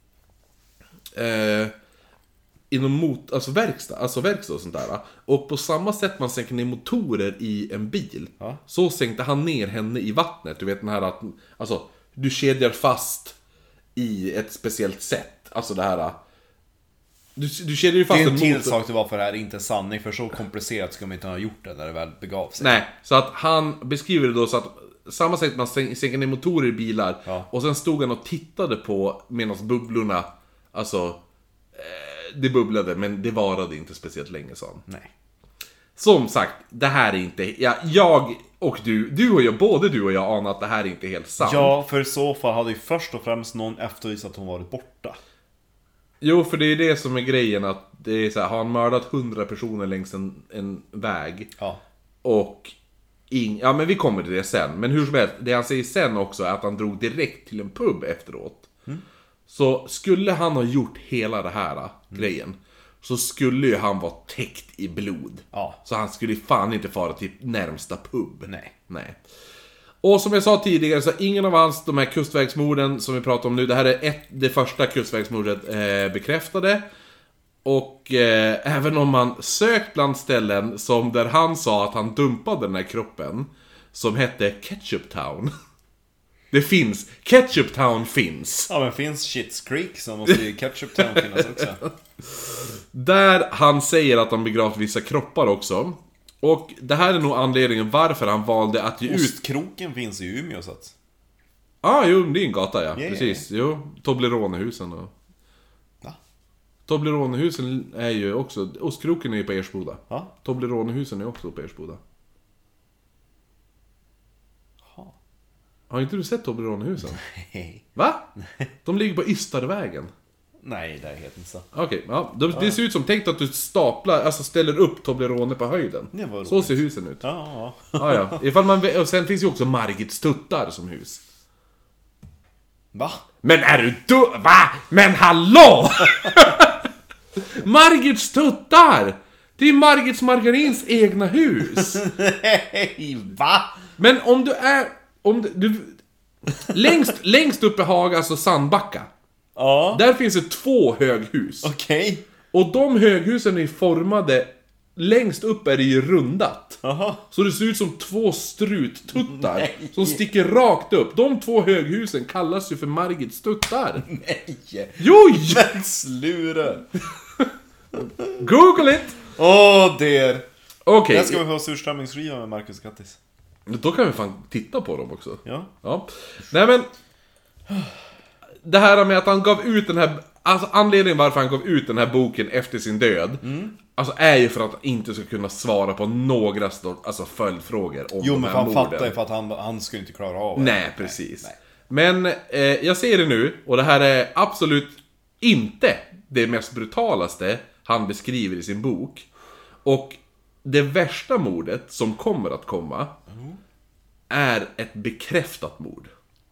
B: Eh, inom mot, alltså verkstad, alltså verkstad och sånt där. Och på samma sätt man sänker ner motorer i en bil,
A: Ja.
B: så sänkte han ner henne i vattnet. Du vet den här att, alltså, du kedjar fast i ett speciellt sätt. Alltså det här... Du, du kedjar ju fast
A: Det är
B: en
A: en till
B: motor.
A: sak till varför det här inte är sanning, för så komplicerat ska man inte ha gjort det när det väl begav sig.
B: Nej, så att han beskriver det då så att samma sätt man sänk- sänker ner motorer i bilar.
A: Ja.
B: Och sen stod han och tittade på medan bubblorna, alltså, eh, det bubblade, men det varade inte speciellt länge, sa han.
A: Nej.
B: Som sagt, det här är inte, ja, jag och du, du och jag, både du och jag anar att det här är inte helt sant.
A: Ja, för i så fall hade ju först och främst någon eftervisat att hon varit borta.
B: Jo, för det är det som är grejen, att det är så här, har han mördat hundra personer längs en, en väg
A: Ja.
B: och ing, ja men vi kommer till det sen. Men hur som helst, det han säger sen också är att han drog direkt till en pub efteråt. Mm. Så skulle han ha gjort hela det här mm. grejen, så skulle ju han vara täckt i blod.
A: Ja.
B: Så han skulle fan inte fara till närmsta pub.
A: Nej.
B: Nej. Och som jag sa tidigare, så ingen av hans, de här kustvägsmorden som vi pratar om nu, det här är ett, det första kustvägsmordet eh, bekräftade. Och eh, även om man sökt bland ställen som där han sa att han dumpade den här kroppen, som hette Ketchup Town. Det finns, Ketchup Town finns.
A: Ja, men finns Shits Creek så måste ju Ketchup Town finnas också.
B: Där han säger att han begravt vissa kroppar också. Och det här är nog anledningen varför han valde att ge ut...
A: Ostkroken finns i Umeå så att...
B: Ah, jo, det är en gata, ja.
A: Yeah.
B: Precis, jo. Tobleronehusen och...
A: Va?
B: Tobleronehusen är ju också... Ostkroken är ju på Ersboda.
A: Ja.
B: Tobleronehusen är också på Ersboda.
A: Ha.
B: Har inte du sett Tobleronehusen?
A: Nej.
B: Va? De ligger på Ystadvägen.
A: Nej, det är helt inte så.
B: Okej, okay, ja. Det, det ser ut som, tänkt att du staplar, alltså ställer upp Toblerone på höjden.
A: Det var
B: så ser husen ut.
A: Ja,
B: ja. Ah, ja. Ifall man, och sen finns ju också Margits tuttar som hus.
A: Va?
B: Men är du du... Va? Men hallå! Margits tuttar! Det är Margits Margarins egna hus.
A: Nej, va?
B: Men om du är... Om du, du längst, längst upp i Haga, alltså Sandbacka.
A: Ja.
B: Där finns det två höghus.
A: Okej. Okay.
B: Och de höghusen är formade... Längst upp är det ju rundat.
A: Aha.
B: Så det ser ut som två struttuttar.
A: Nej.
B: Som sticker rakt upp. De två höghusen kallas ju för Margits tuttar.
A: Nej.
B: Jo!
A: Men slura.
B: Google it!
A: Åh, oh, det.
B: Okej. Okay.
A: Jag ska vi ha surströmmingsskiva med Marcus Kattis.
B: Då kan vi fan titta på dem också.
A: Ja.
B: Ja. Nej men... Det här med att han gav ut den här... Alltså anledningen varför han gav ut den här boken efter sin död mm. Alltså är ju för att han inte ska kunna svara på några stort, alltså följdfrågor om
A: Jo,
B: de
A: men
B: här
A: han
B: morden.
A: fattar ju för att han, han skulle inte klara av det.
B: Nej, precis. Nej, nej. Men eh, jag ser det nu, och det här är absolut inte det mest brutalaste han beskriver i sin bok. Och det värsta mordet som kommer att komma mm. är ett bekräftat mord.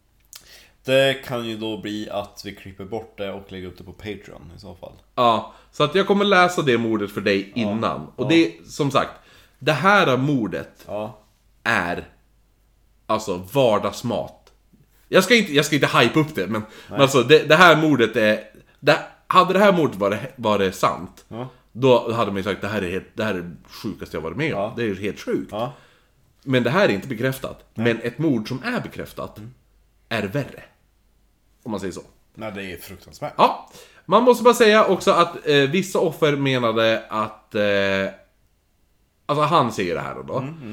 A: Det kan ju då bli att vi klipper bort det och lägger upp det på Patreon i så fall.
B: Ja, så att jag kommer läsa det mordet för dig innan. Ja, och ja. det, som sagt, det här mordet ja. är alltså vardagsmat. Jag ska inte, jag ska inte hype upp det, men, men alltså det, det här mordet är... Det, hade det här mordet varit, varit sant, ja. då hade man ju sagt det här är helt, det här är det sjukaste jag varit med om. Ja. Det är helt sjukt. Ja. Men det här är inte bekräftat. Nej. Men ett mord som är bekräftat mm. är värre. Om man säger så.
A: Nej, det är fruktansvärt.
B: Ja, man måste bara säga också att eh, vissa offer menade att eh, alltså han säger det här då, då mm, mm.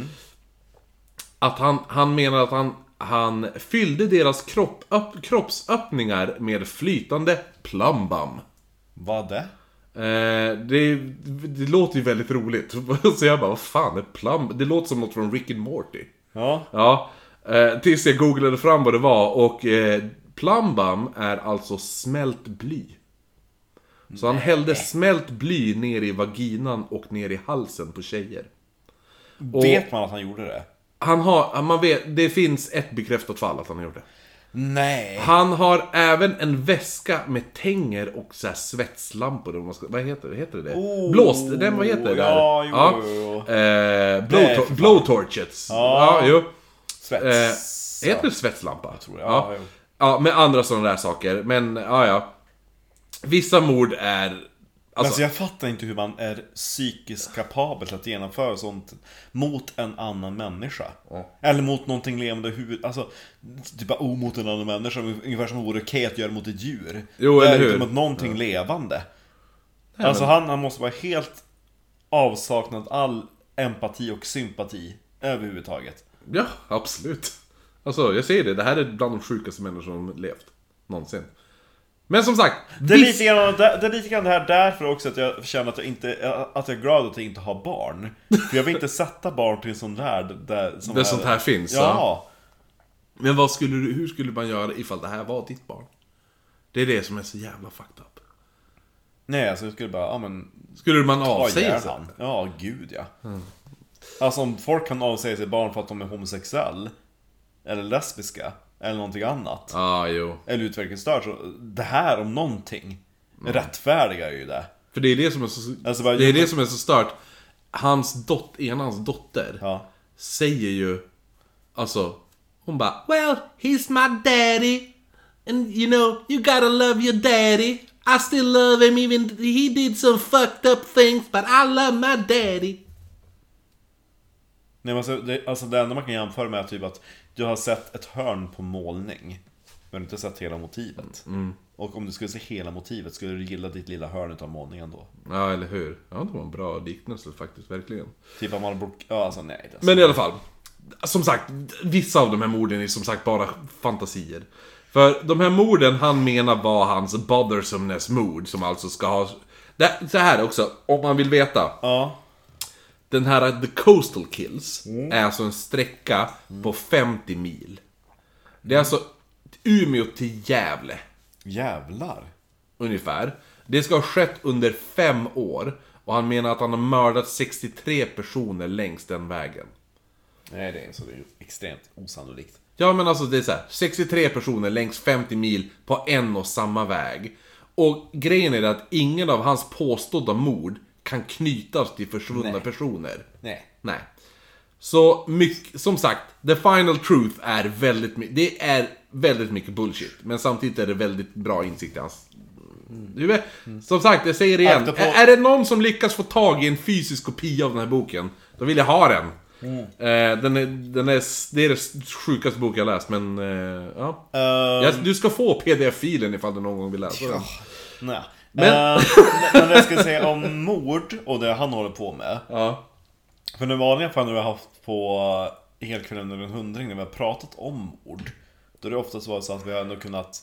B: att han, han menar att han, han fyllde deras kropp, upp, kroppsöppningar med flytande plumbum.
A: Vad det?
B: Eh, det, det låter ju väldigt roligt. Så jag bara, vad fan är plum? Det låter som något från Rick and Morty.
A: Ja.
B: Ja. Eh, tills jag googlade fram vad det var. Och eh, plumbum är alltså smält bly. Så han hällde smält bly ner i vaginan och ner i halsen på tjejer. Och
A: vet man att han gjorde det?
B: Han har, man vet, det finns ett bekräftat fall att han har gjort det.
A: Nej.
B: Han har även en väska med tänger och så här svetslampor. Vad heter det? Heter det?
A: Oh,
B: Blås, den, vad heter det där?
A: Ja, jo, ja. jo.
B: Eh, blow, blowtorches. Ja, ja jo.
A: Svets.
B: Eh, heter det svetslampa?
A: Jag tror jag.
B: Ja, ja. ja, med andra sådana där saker. Men, ja, ja. Vissa mord är...
A: Alltså, alltså jag fattar inte hur man är psykiskt kapabel att genomföra sånt mot en annan människa. Mm. Eller mot någonting levande huvud. Alltså, typ bara oh, mot en annan människa. Ungefär som vore okej att göra mot ett djur.
B: Jo, eller hur?
A: Mot någonting ja. levande.
B: Nej,
A: alltså
B: men...
A: han, han måste vara helt avsaknad all empati och sympati överhuvudtaget.
B: Ja, absolut. Alltså, jag säger det. Det här är bland de sjukaste människor som levt någonsin. Men som sagt,
A: det är, lite grann, det är lite grann det här därför också att jag känner att jag inte att jag är glad att jag inte har barn. För jag vill inte sätta barn till en sån värld där som
B: där sånt här finns.
A: Ja.
B: ja. Men vad skulle du, hur skulle man göra ifall det här var ditt barn? Det är det som är så jävla fucked up.
A: Nej, alltså jag skulle bara, ja men
B: skulle man avsäga sig?
A: Ja, gud ja. Mm. Alltså om folk kan avsäga sig barn för att de är homosexuell eller lesbiska eller någonting annat.
B: Ah, jo.
A: Eller utvecklingsstörd, så det här om någonting mm. rättfärdigar ju det.
B: För det är det som är så,
A: alltså, bara,
B: det är det som är så stört. Hans dot, ena hans dotter
A: ja.
B: säger ju, alltså, hon bara, well, he's my daddy. And you know, you gotta love your daddy. I still love him even he did some fucked up things, but I love my daddy.
A: Nej, men alltså, det, alltså det enda man kan jämföra med är typ att du har sett ett hörn på målning, men inte sett hela motivet.
B: Mm.
A: Och om du skulle se hela motivet, skulle du gilla ditt lilla hörn av målningen då?
B: Ja, eller hur? Ja, det var en bra liknelse faktiskt, verkligen.
A: Typ att man har bort... Ja, alltså nej. Alltså.
B: Men i alla fall, som sagt, vissa av de här morden är som sagt bara fantasier. För de här morden han menar var hans bothersomeness-mord, som alltså ska ha... Det, så här också, om man vill veta.
A: Ja.
B: Den här The Coastal Kills
A: mm.
B: är alltså en sträcka mm. på femtio mil. Det är alltså Umeå till Gävle.
A: Jävlar.
B: Ungefär. Det ska ha skett under fem år. Och han menar att han har mördat sextiotre personer längs den vägen.
A: Nej, det är så det är extremt osannolikt.
B: Ja, men alltså det är så här, sextiotre personer längs femtio mil på en och samma väg. Och grejen är att ingen av hans påstådda mord kan knytas till försvunna Nej. personer.
A: Nej.
B: Nej. Så mycket, som sagt, the final truth är väldigt mycket, det är väldigt mycket bullshit. Men samtidigt är det väldigt bra insikt i hans huvud. Mm. Som sagt, jag säger det igen. På... Är, är det någon som lyckas få tag i en fysisk kopia av den här boken, då vill jag ha den. Mm. Eh, den, är, den är, det är det sjukaste bok jag läst, men eh, ja. Um... jag, du ska få pdf-filen ifall du någon gång vill läsa den.
A: Ja. Nej. Men... Uh, men jag ska säga om mord och det han håller på med.
B: Ja.
A: För den vanliga fall när vi har haft på helkvällen under en hundring när vi har pratat om mord, då är det oftast så att vi har ändå kunnat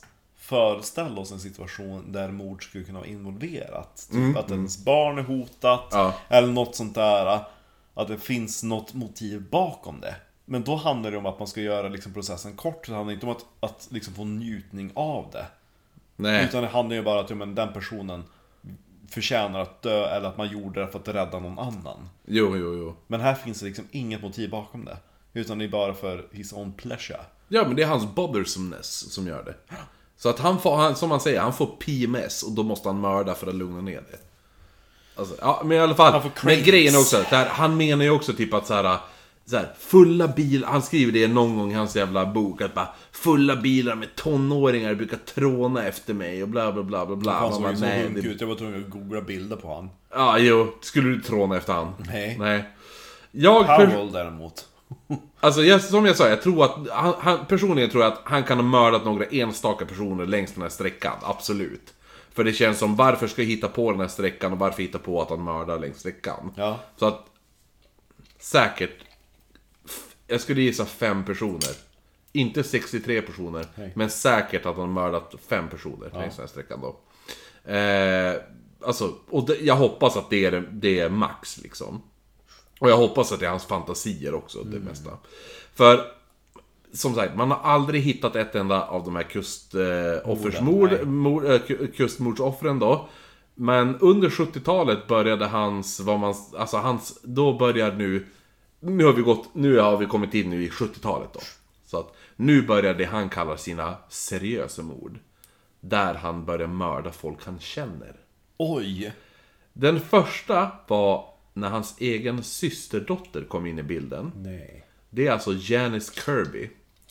A: föreställa oss en situation där mord skulle kunna vara involverat. Typ
B: Mm,
A: att ens barn är hotat,
B: Ja.
A: eller något sånt där. Att det finns något motiv bakom det. Men då handlar det om att man ska göra liksom processen kort. Det handlar inte om att, att liksom få njutning av det.
B: Nej.
A: Utan det handlar ju bara om att ja, men den personen förtjänar att dö, eller att man gjorde det för att rädda någon annan.
B: Jo, jo, jo.
A: Men här finns det liksom inget motiv bakom det. Utan det är bara för his own pleasure.
B: Ja, men det är hans bothersomeness som gör det. Så att han får, han, som man säger, han får P M S och då måste han mörda för att lugna ner det. Alltså, ja, men i alla fall. Men grejen också, så här, han menar ju också typ att så här, så här, fulla bilar, han skriver det någon gång i hans jävla bok, att bara fulla bilar med tonåringar brukar tråna efter mig och bla bla bla bla bla.
A: Han såg
B: bara,
A: ju så
B: nej,
A: hunk
B: det...
A: ut, jag var tvungen att googla bilder på han.
B: Ja, jo, skulle du tråna efter han?
A: Nej.
B: Nej. Jag
A: Powell däremot.
B: Alltså jag, som jag sa, jag tror att han, han, personligen tror jag att han kan ha mördat några enstaka personer längs den här sträckan, absolut. För det känns som, varför ska jag hitta på den här sträckan och varför hitta på att han mördar längs sträckan?
A: Ja.
B: Så att, säkert, f- jag skulle gissa fem personer. Inte sextiotre personer,
A: Nej.
B: men säkert att han mördat fem personer
A: Ja.
B: längs den här sträckan då. Eh, alltså, och det, jag hoppas att det är, det är max liksom. Och jag hoppas att det är hans fantasier också, det
A: Mm.
B: mesta. För, som sagt, man har aldrig hittat ett enda av de här kustoffersmord,
A: nej.
B: mord, äh, kustmordsoffren då. Men under sjuttiotalet började hans, vad man, alltså hans, då börjar nu, nu har vi gått, nu har vi kommit in nu i sjuttiotalet då. Så att nu börjar det han kallar sina seriösa mord. Där han börjar mörda folk han känner.
A: Oj.
B: Den första var när hans egen systerdotter kom in i bilden.
A: Nej.
B: Det är alltså Janice Kirby.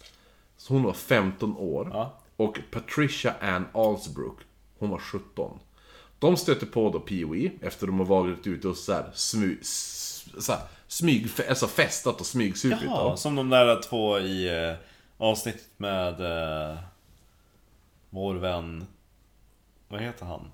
B: Så hon var femton år.
A: Ja.
B: Och Patricia Ann Alsbrook, hon var sjutton. De stötte på då Pee-wee efter de har varit ute och så här, smy, s- så här, smyg, alltså festat och smygsupit.
A: Jaha,
B: då.
A: som de där två i eh, avsnitt med eh, vår vän, vad heter han?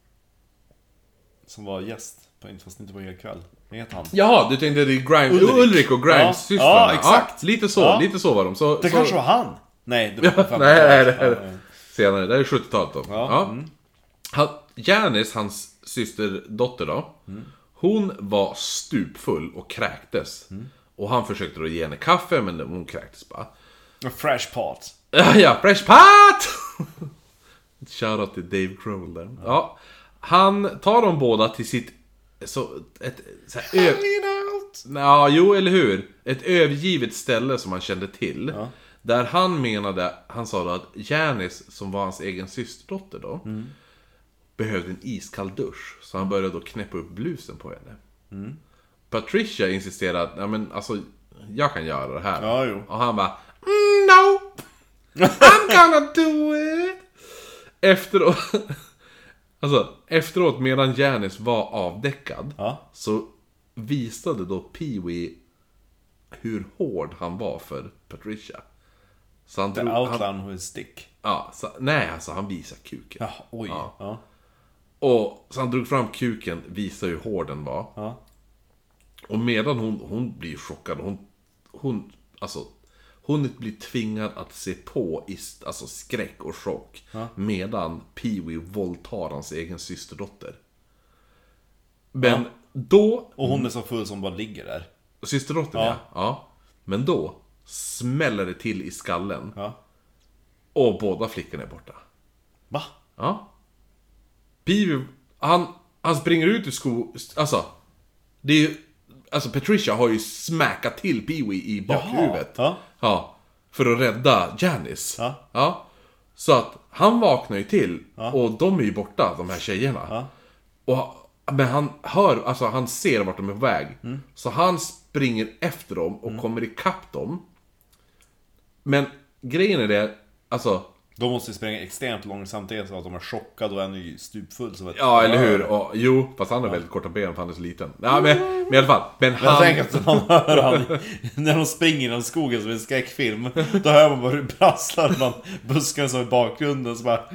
A: Som var gäst, på, fast inte på hel kväll. Vad heter han?
B: Jaha, du tänkte det är Grimes,
A: Ulrik.
B: Ulrik och Grimes
A: Ja,
B: systrarna.
A: ja, exakt.
B: Ja, lite så,
A: Ja.
B: lite så var de. Så,
A: Det
B: så,
A: kanske var han? Nej, det var
B: Ja,
A: femton.
B: nej, nej, det
A: Ja,
B: är senare. Det är sjuttiotalet då.
A: Ja,
B: Ja.
A: mm.
B: Han, Janice, hans systerdotter då. Hon var stupfull och kräktes. Och han försökte då ge henne kaffe, men hon kräktes bara.
A: A fresh pot.
B: Ja, ja, fresh pot! Shoutout till Dave Grohl där. Ja. Han tar dem båda till sitt... Så, ett, så här, ö-
A: Hanging out.
B: Ja, jo, eller hur? Ett övergivet ställe som han kände till.
A: Ja.
B: Där han menade, han sa då att Janice, som var hans egen systerdotter då,
A: Mm.
B: behövde en iskall dusch. Så han började då knäppa upp blusen på henne.
A: Mm.
B: Patricia insisterade att, ja men alltså, jag kan göra det här.
A: Ja, jo.
B: Och han bara, mm, no! I'm gonna do it! Efteråt, alltså, efteråt medan Janice var avdäckad,
A: Ja.
B: så visade då Pee-wee hur hård han var för Patricia. Så han
A: The
B: drog, han,
A: outline with his dick.
B: ja, så, nej, alltså han visade kuken.
A: Ja, oj.
B: Ja.
A: Ja.
B: Och så han drog fram kuken, visade hur hård den var.
A: Ja.
B: Och medan hon, hon blir chockad, hon, hon, alltså, hon blir tvingad att se på i alltså, skräck och chock.
A: Ja.
B: Medan Pee-wee våldtar hans egen systerdotter. Men
A: Ja.
B: då,
A: Och hon är så full som bara ligger där.
B: systerdottern ja.
A: Ja.
B: ja. Men då smäller det till i skallen.
A: Ja.
B: Och båda flickorna är borta.
A: Va?
B: Ja. Pee-wee, han, han springer ut ur sko... Alltså, det är ju... Alltså Patricia har ju smäckat till Pee-wee i bakhuvudet.
A: Jaha, ja.
B: Ja. För att rädda Janice.
A: Ja.
B: Ja. Så att han vaknar ju till.
A: Ja.
B: Och de är ju borta, de här tjejerna.
A: Ja.
B: Och, men han hör, alltså han ser vart de är på väg.
A: Mm.
B: Så han springer efter dem och kommer ikapp dem. Men grejen är det, alltså...
A: De måste ju springa extremt långsamt samtidigt så att de är chockade och en är ju stupfull som ett...
B: Ja, eller hur? Och, jo, fast han har väldigt korta ben för han är så liten. Ja, men, men i alla fall. Men
A: Jag
B: han...
A: tänker att man hör han när de springer genom skogen som en skräckfilm. Då hör man bara hur det prasslar bland buskarna som är i bakgrunden. Så bara...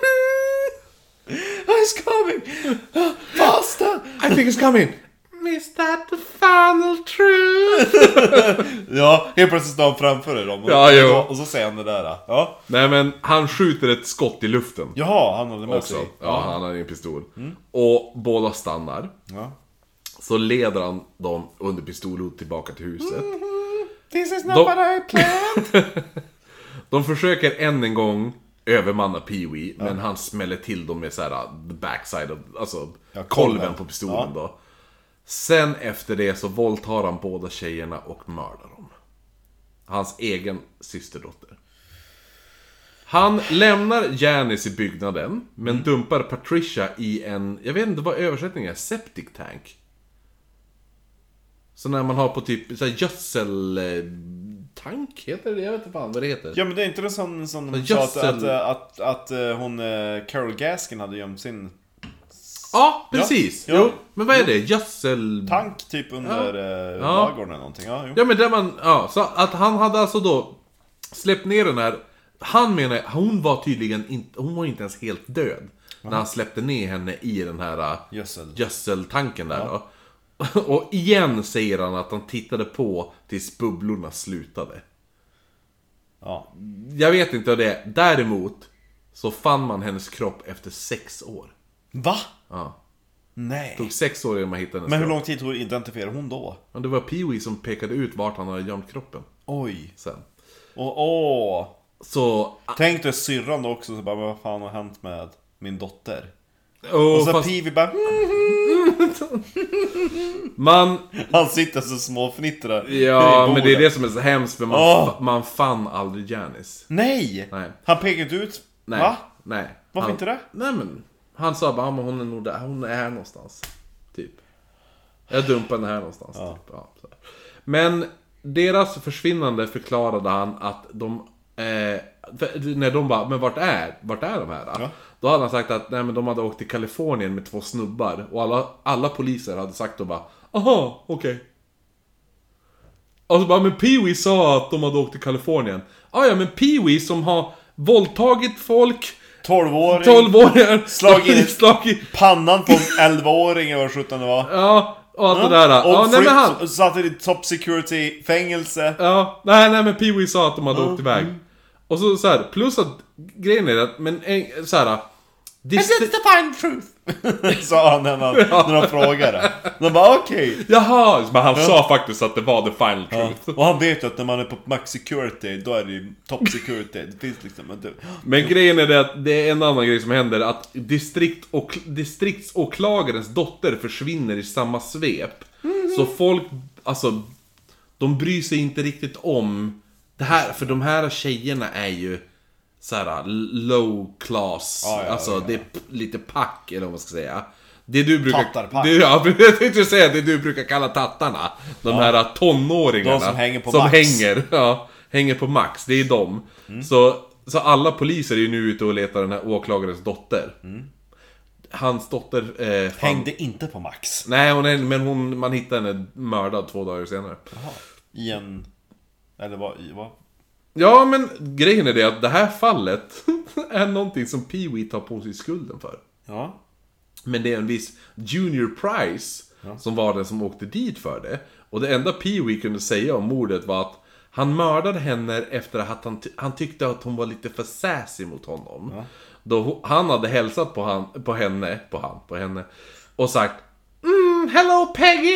A: He's coming! Faster!
B: I think it's coming! Mister Is that the final truth?
A: Ja, helt plötsligt står han framför dig dem. Och,
B: Ja, jo.
A: och så säger han det där. Ja.
B: Nej, men han skjuter ett skott i luften.
A: Jaha, han hade med
B: Också.
A: sig.
B: Ja, han hade en pistol. Mm. Och båda stannar.
A: Ja.
B: Så leder han dem under pistolhot tillbaka till huset.
A: Mm-hmm. This is not
B: De-
A: what I planned.
B: De försöker än en gång övermanna Pee-wee, ja. Men han smäller till dem med så här the backside of, alltså
A: ja,
B: kolven.
A: kolven
B: på pistolen
A: ja.
B: då. Sen efter det så våldtar han båda tjejerna och mördar dem. Hans egen systerdotter. Han lämnar Janice i byggnaden, men mm. dumpar Patricia i en, jag vet inte vad översättningen är, septic tank. Så när man har på typ så här gödseltank, heter det? Jag vet inte fan vad det heter.
A: Ja, men det är inte det som, som de
B: gödsel...
A: sa att, att, att, att hon, Carol Gaskin hade gömt sin...
B: Ja, precis.
A: Ja.
B: Jo, men vad är det? Gödsel...
A: Tank typ under ja.
B: ja.
A: lagården eller någonting. Ja, jo.
B: Ja, men där man... Ja, så att han hade alltså då släppt ner den här... Han menar, hon var tydligen inte... Hon var inte ens helt död. Mm. När han släppte ner henne i den här
A: Gödsel.
B: gödseltanken där
A: ja.
B: då. Och igen säger han att han tittade på tills bubblorna slutade.
A: Ja.
B: Jag vet inte vad det är. Däremot så fann man hennes kropp efter sex år.
A: Va?
B: Ja.
A: Nej.
B: Det tog sex år innan man hittade hennes
A: Men hur
B: kropp.
A: lång tid tog att identifiera hon då?
B: Men det var Pee-wee som pekade ut vart han hade gömt kroppen.
A: Oj.
B: Sen.
A: Och, åh.
B: Så...
A: Tänk dig syrran då också, så bara, vad fan har hänt med min dotter?
B: Oh,
A: och så
B: fast...
A: Pee-wee bara...
B: Man...
A: Han sitter så småfnittrar.
B: Ja, men det är det som är så hemskt. För man,
A: oh.
B: man fann aldrig Janice.
A: Nej!
B: Nej.
A: Han pekade inte ut.
B: Nej.
A: Va?
B: Nej.
A: Varför
B: han...
A: inte det?
B: Nej, men... Han sa bara, men hon är nog där. Hon är här någonstans. Typ. Jag dumpar den här någonstans.
A: Ja.
B: Typ. Ja, så. Men deras försvinnande förklarade han att de... Eh, när de bara, men vart är, vart är de här då?
A: Ja.
B: Då hade han sagt att nej, men de hade åkt till Kalifornien med två snubbar. Och alla, alla poliser hade sagt då bara, aha, okej. Okay. Och så bara, men Pee-wee sa att de hade åkt till Kalifornien. Ah, ja, men Pee-wee som har våldtagit folk,
A: tolv-åring,
B: tolv-åringar,
A: slagit
B: slag i
A: pannan på en elva-åring eller vad sjutton det var.
B: Ja, och allt ja. det där.
A: Och
B: ja, nej, men han
A: satt i top security fängelse.
B: Ja, nej, nej, men Pee-wee sa att de hade mm. åkt iväg.
A: Mm.
B: Och så, så här, plus att grejen är att, men så här...
A: Dist- Is it the fine truth? Sa han när, man, ja. när de frågade. De bara okej. Okay.
B: Jaha, men han ja. sa faktiskt att det var the final truth.
A: Ja. Och han vet ju att när man är på max security, då är det ju top security. Det finns liksom inte.
B: Men grejen är det att det är en annan grej som händer. Att distrikt och, distriktsåklagarens dotter försvinner i samma svep. Mm. Så folk, alltså, de bryr sig inte riktigt om det här. För de här tjejerna är ju såhär low class, ah, ja, alltså ja, ja. Det är p- lite pack, eller vad man ska säga. Det du brukar...
A: Tattarpack.
B: Det, ja, jag tänkte säga det du brukar kalla tattarna. De ja. här tonåringarna.
A: De som hänger på
B: som
A: max.
B: hänger, ja, hänger på max, det är de. Mm. Så, så alla poliser är ju nu ute och letar den här åklagarens dotter. Mm. Hans dotter... Eh, fan...
A: Hängde inte på max.
B: Nej, hon är, men hon, man hittade henne mördad två dagar senare.
A: Jaha. I en... Eller vad? I, vad?
B: Ja, men grejen är det att det här fallet är någonting som Pee-wee tar på sig skulden för.
A: Ja.
B: Men det är en viss Junior Price ja. som var den som åkte dit för det. Och det enda Pee-wee kunde säga om mordet var att han mördade henne efter att han, ty- han tyckte att hon var lite för sassy mot honom. Ja. Då han hade hälsat på, han, på henne, på han, på henne och sagt mm, hello Peggy!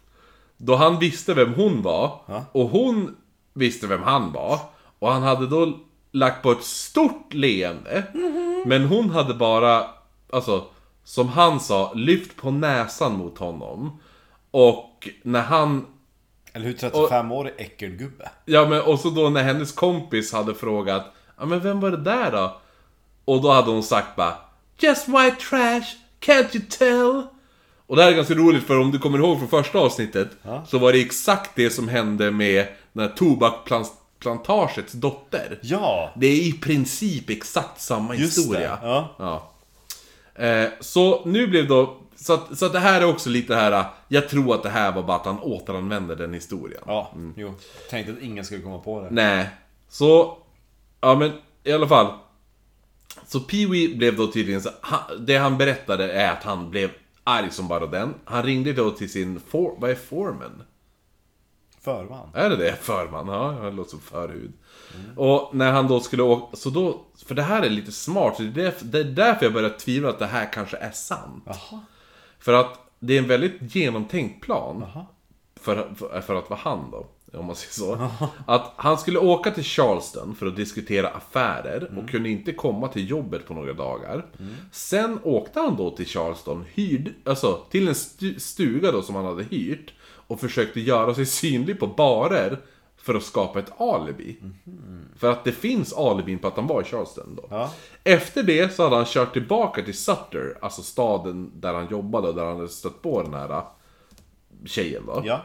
B: Då han visste vem hon var ja. och hon visste vem han var. Och han hade då lagt på ett stort leende. Mm-hmm. Men hon hade bara, alltså, som han sa, lyft på näsan mot honom. Och när han...
A: Eller hur trettiofem-årig äckelgubbe.
B: Ja, men och så då när hennes kompis hade frågat, ja men vem var det där då? Och då hade hon sagt bara, just white trash, can't you tell? Och det här är ganska roligt, för om du kommer ihåg från första avsnittet ja. så var det exakt det som hände med den här tobakplantagets dotter.
A: Ja.
B: Det är i princip exakt samma
A: Just
B: historia.
A: Det. Ja.
B: Ja. Eh, så nu blev då så att, så att det här är också lite här. Jag tror att det här var bara att han återanvände den historien.
A: Ja, mm. jo. Tänkte att ingen skulle komma på det.
B: Nej. Så, ja men i alla fall. Så Pee-wee blev då tydligen så, han, det han berättade är att han blev arg som bara den. Han ringde då till sin, for, vad är foreman?
A: Förman.
B: Är det det? Förman, ja, det låter som förhud. Mm. Och när han då skulle åka, så då, för det här är lite smart, så det är, därför, det är därför jag börjar tvivla att det här kanske är sant.
A: Aha.
B: För att det är en väldigt genomtänkt plan.
A: Aha.
B: För, för, för att vara han då, om man säger så. Aha. Att han skulle åka till Charleston för att diskutera affärer mm. och kunde inte komma till jobbet på några dagar. Mm. Sen åkte han då till Charleston, hyrd, alltså till en stuga då som han hade hyrt, och försökte göra sig synlig på barer för att skapa ett alibi. Mm. För att det finns alibin på att han var i Charleston då. Ja. Efter det så hade han kört tillbaka till Sutter, alltså staden där han jobbade och där han hade stött på den här tjejen då.
A: Ja.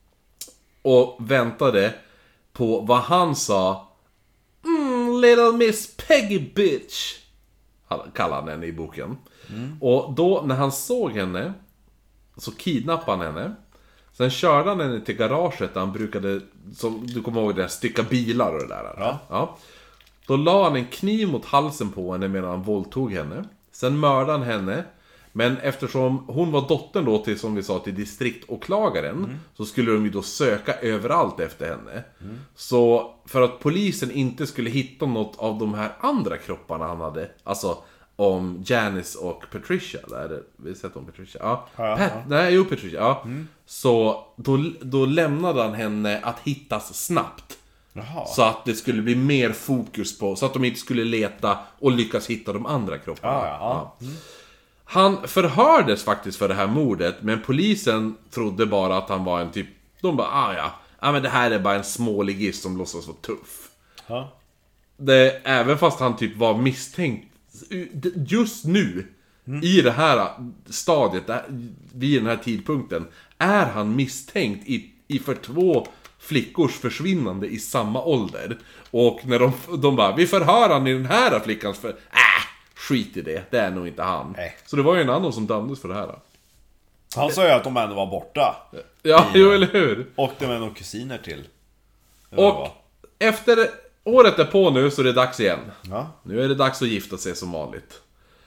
B: Och väntade på vad han sa. Mm, little miss Peggy bitch, kallar han henne i boken. Mm. Och då när han såg henne så kidnappade han henne. Sen körde han henne till garaget där han brukade, som du kommer ihåg det, stycka bilar och det där.
A: Ja.
B: Ja. Då la han en kniv mot halsen på henne medan han våldtog henne. Sen mördade han henne. Men eftersom hon var dottern då till, som vi sa, till distriktåklagaren, mm. så skulle de ju då söka överallt efter henne. Mm. Så för att polisen inte skulle hitta något av de här andra kropparna han hade, alltså om Janice och Patricia, där vi sett om Patricia. Ja.
A: Ja,
B: Pat,
A: ja.
B: Nej, jo Patricia. Ja.
A: Mm.
B: Så då, då lämnade han henne att hittas snabbt.
A: Jaha.
B: Så att det skulle bli mer fokus på, så att de inte skulle leta och lyckas hitta de andra kropparna.
A: Ja, ja.
B: Ja. Mm. Han förhördes faktiskt för det här mordet, men polisen trodde bara att han var en typ, de bara, ah ja, ah, men det här är bara en småligist som låtsas vara tuff.
A: Ja.
B: Det, även fast han typ var misstänkt just nu, mm. i det här stadiet, där, vid den här tidpunkten, är han misstänkt i, i för två flickors försvinnande i samma ålder. Och när de, de bara, vi förhör han i den här flickans för... Äh, skit i det, det är nog inte han.
A: Nej.
B: Så det var ju en annan som dömdes för det här.
A: Han sa ju att de ändå var borta.
B: Ja, i, jo, eller hur?
A: Och det var några kusiner till.
B: Och efter året är på nu så är det dags igen.
A: Ja.
B: Nu är det dags att gifta sig som vanligt.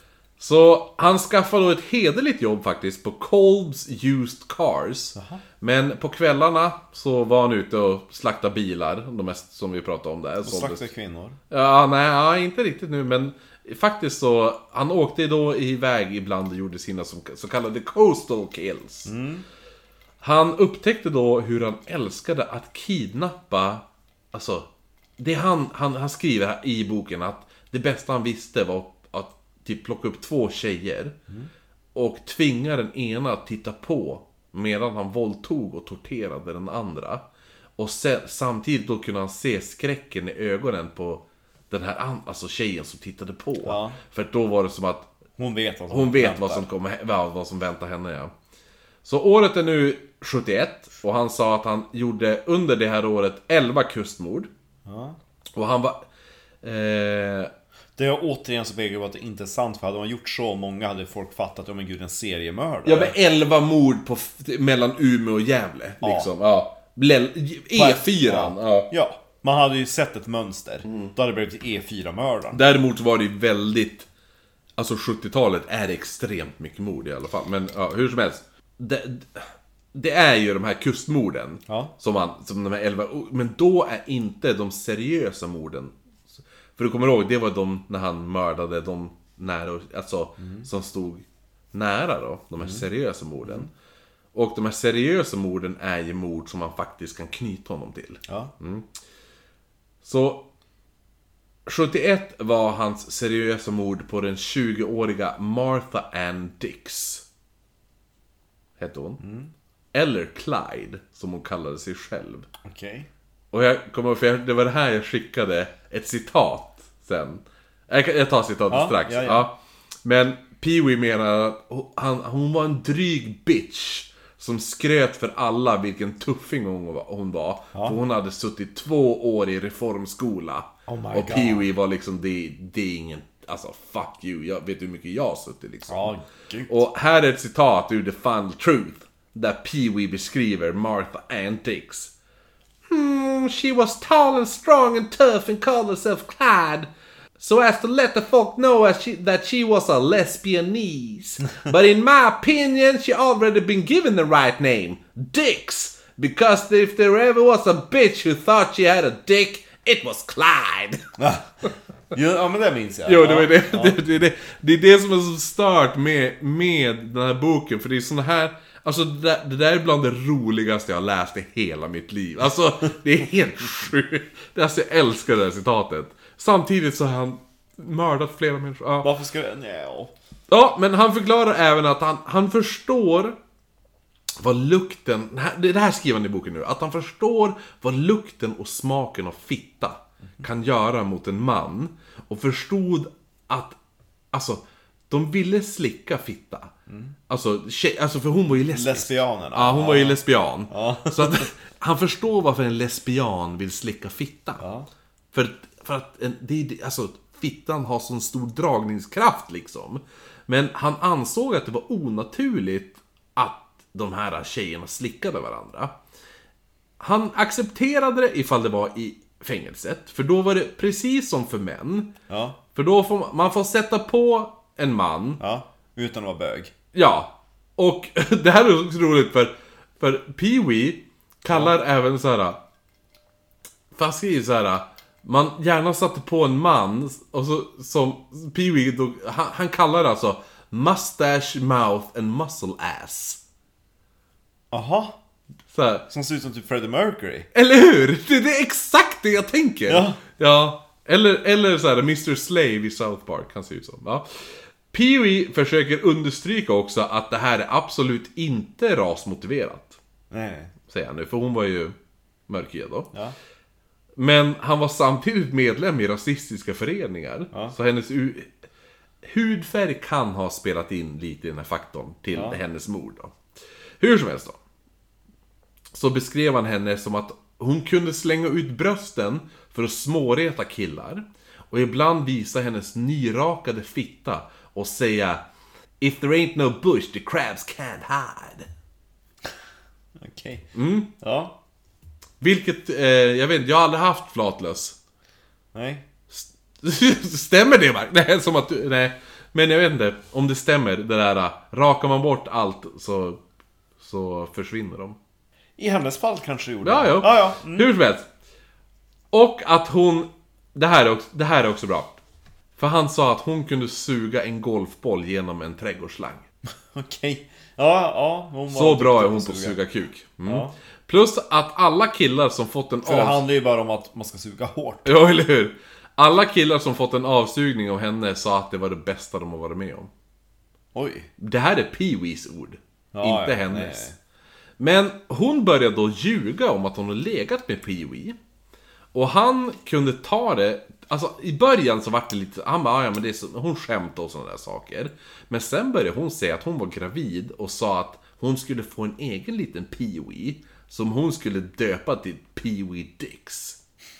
B: Så han skaffade då ett hederligt jobb faktiskt på Kolb's Used Cars. Aha. Men på kvällarna så var han ute och slaktade bilar, de mest som vi pratade om där.
A: Och slaktade kvinnor.
B: Ja, nej, ja, inte riktigt nu, men faktiskt så, han åkte då iväg ibland och gjorde sina som, så kallade coastal kills. Mm. Han upptäckte då hur han älskade att kidnappa, alltså, det han, han, han skriver här i boken att det bästa han visste var att typ plocka upp två tjejer mm. och tvinga den ena att titta på medan han våldtog och torterade den andra. Och sen, samtidigt då kunde han se skräcken i ögonen på den här alltså tjejen som tittade på. Ja. För då var det som att
A: hon vet vad som,
B: hon vet vad som, kommer, vad som väntar henne. Ja. Så året är nu sjuttioett och han sa att han gjorde under det här året elva kustmord. Ja. Och han var... Eh,
A: det är återigen så bägge varit intressant, för hade man gjort så många hade folk fattat att, oh, men gud, en seriemördare.
B: Ja, men elva mord på, mellan Umeå och Gävle liksom. Ja. Ja. E fyra.
A: Ja. Ja. Man hade ju sett ett mönster. Mm. Då hade det blivit E fyra-mördaren.
B: Däremot var det ju väldigt... Alltså sjuttiotalet är extremt mycket mord i alla fall. Men ja, hur som helst. Det, det är ju de här kustmorden. Ja. Som, man, som de här elva... Men då är inte de seriösa morden. För du kommer ihåg, det var de när han mördade de nära... Alltså, mm. som stod nära då. De här mm. seriösa morden. Mm. Och de här seriösa morden är ju mord som man faktiskt kan knyta honom till. Ja. Mm. Så sjuttioett var hans seriösa mord på den tjugoåriga Martha Ann Dix. Hette hon. Mm. Eller Clyde, som hon kallade sig själv.
A: Okej. Okay.
B: Och jag kommer ihåg, för det var det här jag skickade ett citat sen. Jag, jag tar citatet ja, strax. Ja, ja. Ja. Men Pee-wee menar att han, hon var en dryg bitch som skröt för alla vilken tuffing hon var, hon var. Ja. För hon hade suttit två år i reformskola.
A: Oh
B: och Pee-wee var liksom, det, det är ingen... Alltså, fuck you, jag vet hur mycket jag har suttit liksom.
A: Oh,
B: och här är ett citat ur The Final Truth, där Pee-wee beskriver Martha Ann Dix. Hmm, she was tall and strong and tough and called herself Clyde. so as to let the folk know as she, that she was a lesbianese. But in my opinion, she already been given the right name, Dix. Because if there ever was a bitch who thought she had a dick, it was Clyde.
A: Ja, men det minns jag.
B: Jo, det, var det, ja. det, det, det, det är det som är så start med, med den här boken. För det är såna här... Alltså det där, det där är bland det roligaste jag har läst i hela mitt liv. Alltså det är helt sjukt. Alltså, jag älskar det här citatet. Samtidigt så har han mördat flera människor. Ja.
A: Varför ska det... Nej.
B: Ja, men han förklarar även att han, han förstår vad lukten... Det här skriver han i boken nu. Att han förstår vad lukten och smaken av fitta kan göra mot en man. Och förstod att... Alltså, de ville slicka fitta. Mm. Alltså, tjej, alltså, för hon var ju lesbisk.
A: Lesbianerna.
B: Ja, hon
A: ja.
B: var ju lesbian.
A: Ja.
B: Så att han förstår varför en lesbian vill slicka fitta.
A: Ja.
B: För, för att en, det, alltså, fittan har sån stor dragningskraft liksom. Men han ansåg att det var onaturligt att de här tjejerna slickade varandra. Han accepterade det ifall det var i fängelset. För då var det precis som för män.
A: Ja.
B: För då får man, man får sätta på en man.
A: Ja, utan att vara bög.
B: Ja. Och det här är så roligt för, för Pee-wee kallar ja. även så här. Fast skriver så här. Man gärna satte på en man. Och så som Pee-wee då, han, han kallar det alltså mustache, mouth and muscle ass.
A: Aha.
B: Så här.
A: Som ser ut som typ Freddie Mercury.
B: Eller hur? Det, det är exakt det jag tänker.
A: Ja.
B: Ja. Eller, eller så här mister Slave i South Park kan se ut som. Ja. Pee-wee försöker understryka också att det här är absolut inte rasmotiverat.
A: Nej.
B: Säger han nu, för hon var ju mörkhyad då.
A: Ja.
B: Men han var samtidigt medlem i rasistiska föreningar. Ja. Så hennes u- hudfärg kan ha spelat in lite i den här faktorn till ja. hennes mord då. Hur som helst då. Så beskrev han henne som att hon kunde slänga ut brösten för att småreta killar. Och ibland visa hennes nyrakade fitta och säga if there ain't no bush the crabs can't hide.
A: Okej.
B: Okay. Mm.
A: Ja.
B: Vilket, eh, jag vet inte, jag har aldrig haft flatlös.
A: Nej.
B: Stämmer det, Mark? Nej, som att du, nej. Men jag vet inte, om det stämmer, det där, rakar man bort allt så, så försvinner de.
A: I hennes fall kanske gjorde
B: ja,
A: det.
B: Ja,
A: ja. Mm.
B: Hur som helst. Och att hon, det här, är också, det här är också bra. För han sa att hon kunde suga en golfboll genom en trädgårdsslang.
A: Okej. Okay. Ja, ja. Hon
B: så bra är hon på att suga kuk. Mm. Ja. Plus att alla killar som fått en
A: För det handlar ju bara om att man ska suga hårt.
B: Ja, eller hur? Alla killar som fått en avsugning av henne sa att det var det bästa de har varit med om.
A: Oj.
B: Det här är Pee-wees ord. Ja, inte ja, hennes. Nej. Men hon började då ljuga om att hon har legat med Pee-wee. Och han kunde ta det. Alltså i början så var det lite. Han bara, ja men det är så, hon skämtade och sådana där saker. Men sen började hon säga att hon var gravid. Och sa att hon skulle få en egen liten Pee-wee. Som hon skulle döpa till Pee-wee Dix.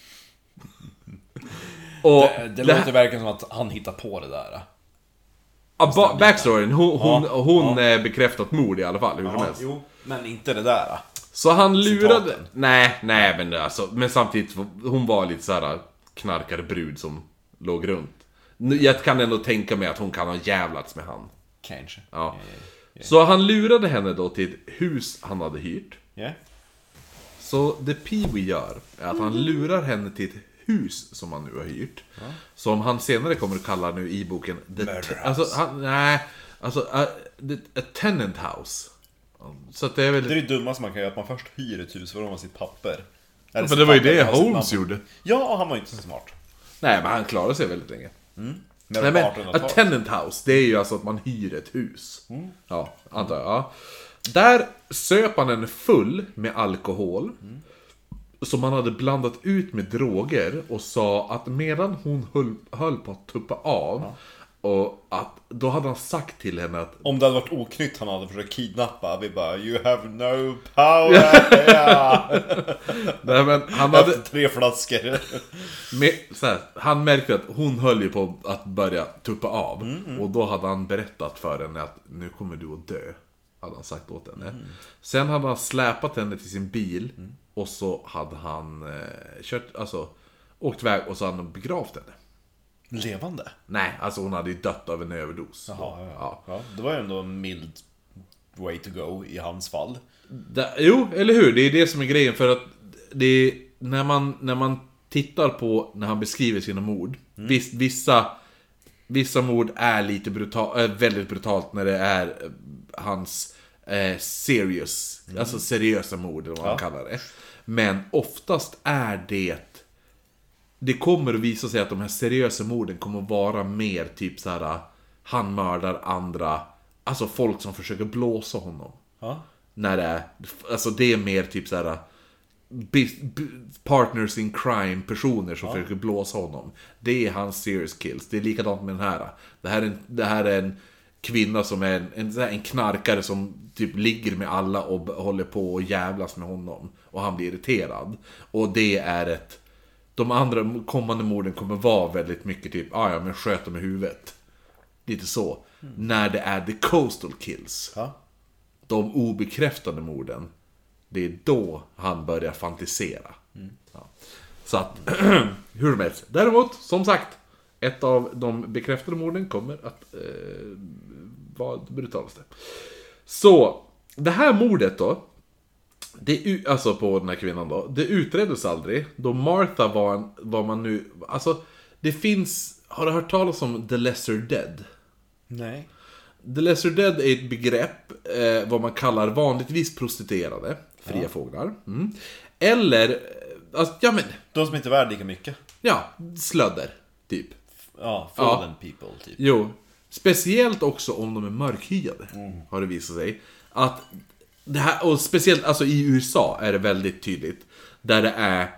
A: Och det, det, det låter verkligen som att han hittar på det där.
B: Ja, ba- backstoryn, hon, hon, ja, hon ja. är bekräftat mord i alla fall, hur
A: ja,
B: som helst.
A: Jo, men inte det där.
B: Så han lurade. Citaten. Nej, nej men alltså, men samtidigt hon var lite så här knarkare brud som låg runt. Jag kan ändå tänka mig att hon kan ha jävlats med han.
A: Kanske.
B: Ja.
A: Yeah, yeah, yeah.
B: Så han lurade henne då till ett hus han hade hyrt.
A: Yeah.
B: Så det Pee-wee gör är att han lurar henne till ett hus som han nu har hyrt. Ja. Som han senare kommer att kalla nu i boken the te- alltså, han, nej, alltså a, a tenant house. Så att det är väl...
A: Det är det dummaste man kan göra, att man först hyr ett hus för att ha sitt papper.
B: Ja, för det var ju det Holmes gjorde.
A: Ja, han var inte så smart.
B: Nej, men han klarade sig väldigt länge.
A: Mm.
B: Nej, men a tenant house, det är ju alltså att man hyr ett hus.
A: Mm.
B: Ja, antar jag. Ja. Där söp han en full med alkohol. Mm. Som han hade blandat ut med droger. Och sa att medan hon höll, höll på att tuppa av. Ja. Och att då hade han sagt till henne att
A: om det hade varit oknytt han hade försökt kidnappa. Vi bara, you have no power. Ja.
B: Nej, men han hade
A: efter tre flaskor
B: med, så här, han märkte att hon höll ju på att börja tuppa av. Mm, mm. Och då hade han berättat för henne att nu kommer du att dö. Hade han sagt åt henne. Mm. Sen hade han släpat henne till sin bil. Mm. Och så hade han eh, kört, alltså åkt iväg och så hade han begravt henne.
A: Levande?
B: Nej, alltså hon hade ju dött av en överdos.
A: Jaha, ja, ja. ja. Det var ju ändå en mild way to go i hans fall.
B: Da, jo, eller hur? Det är det som är grejen. För att det är, när, man, när man tittar på när han beskriver sina mord. Mm. Viss, vissa, vissa mord är lite brutal, äh, väldigt brutalt när det är äh, hans äh, serious, mm. alltså seriösa mord eller vad ja. man kallar det. Men oftast är det det kommer att visa sig att de här seriösa morden kommer att vara mer typ så här: han mördar andra, alltså folk som försöker blåsa honom. Ja. När det är, alltså det är mer typ så här partners in crime, personer som ja. försöker blåsa honom. Det är hans serious kills. Det är likadant med den här. Det här är en, det här är en kvinna som är en, en, en knarkare som typ ligger med alla och håller på och jävlas med honom. Och han blir irriterad. Och det är ett, de andra kommande morden kommer vara väldigt mycket typ, ah ja men sköta med huvudet. Lite så. Mm. När det är the coastal kills. Ja. De obekräftade morden. Det är då han börjar fantisera. Mm. Ja. Så att, hur som helst. Däremot, som sagt, ett av de bekräftade morden kommer att eh, vara det brutalaste. Så, det här mordet då, det, alltså på den här kvinnan då, det utreddes aldrig. Då Martha var en, var man nu, alltså, det finns, har du hört talas om The Lesser Dead?
A: Nej.
B: The Lesser Dead är ett begrepp, eh, vad man kallar vanligtvis prostituerade, fria ja. fåglar. Mm. Eller, alltså, ja men...
A: De som inte är värda lika mycket.
B: Ja, slödder, typ.
A: Ja, fallen ja. people, typ.
B: Jo, speciellt också om de är mörkhyade, mm. har det visat sig. Att det här, och speciellt alltså i U S A är det väldigt tydligt. Där det är...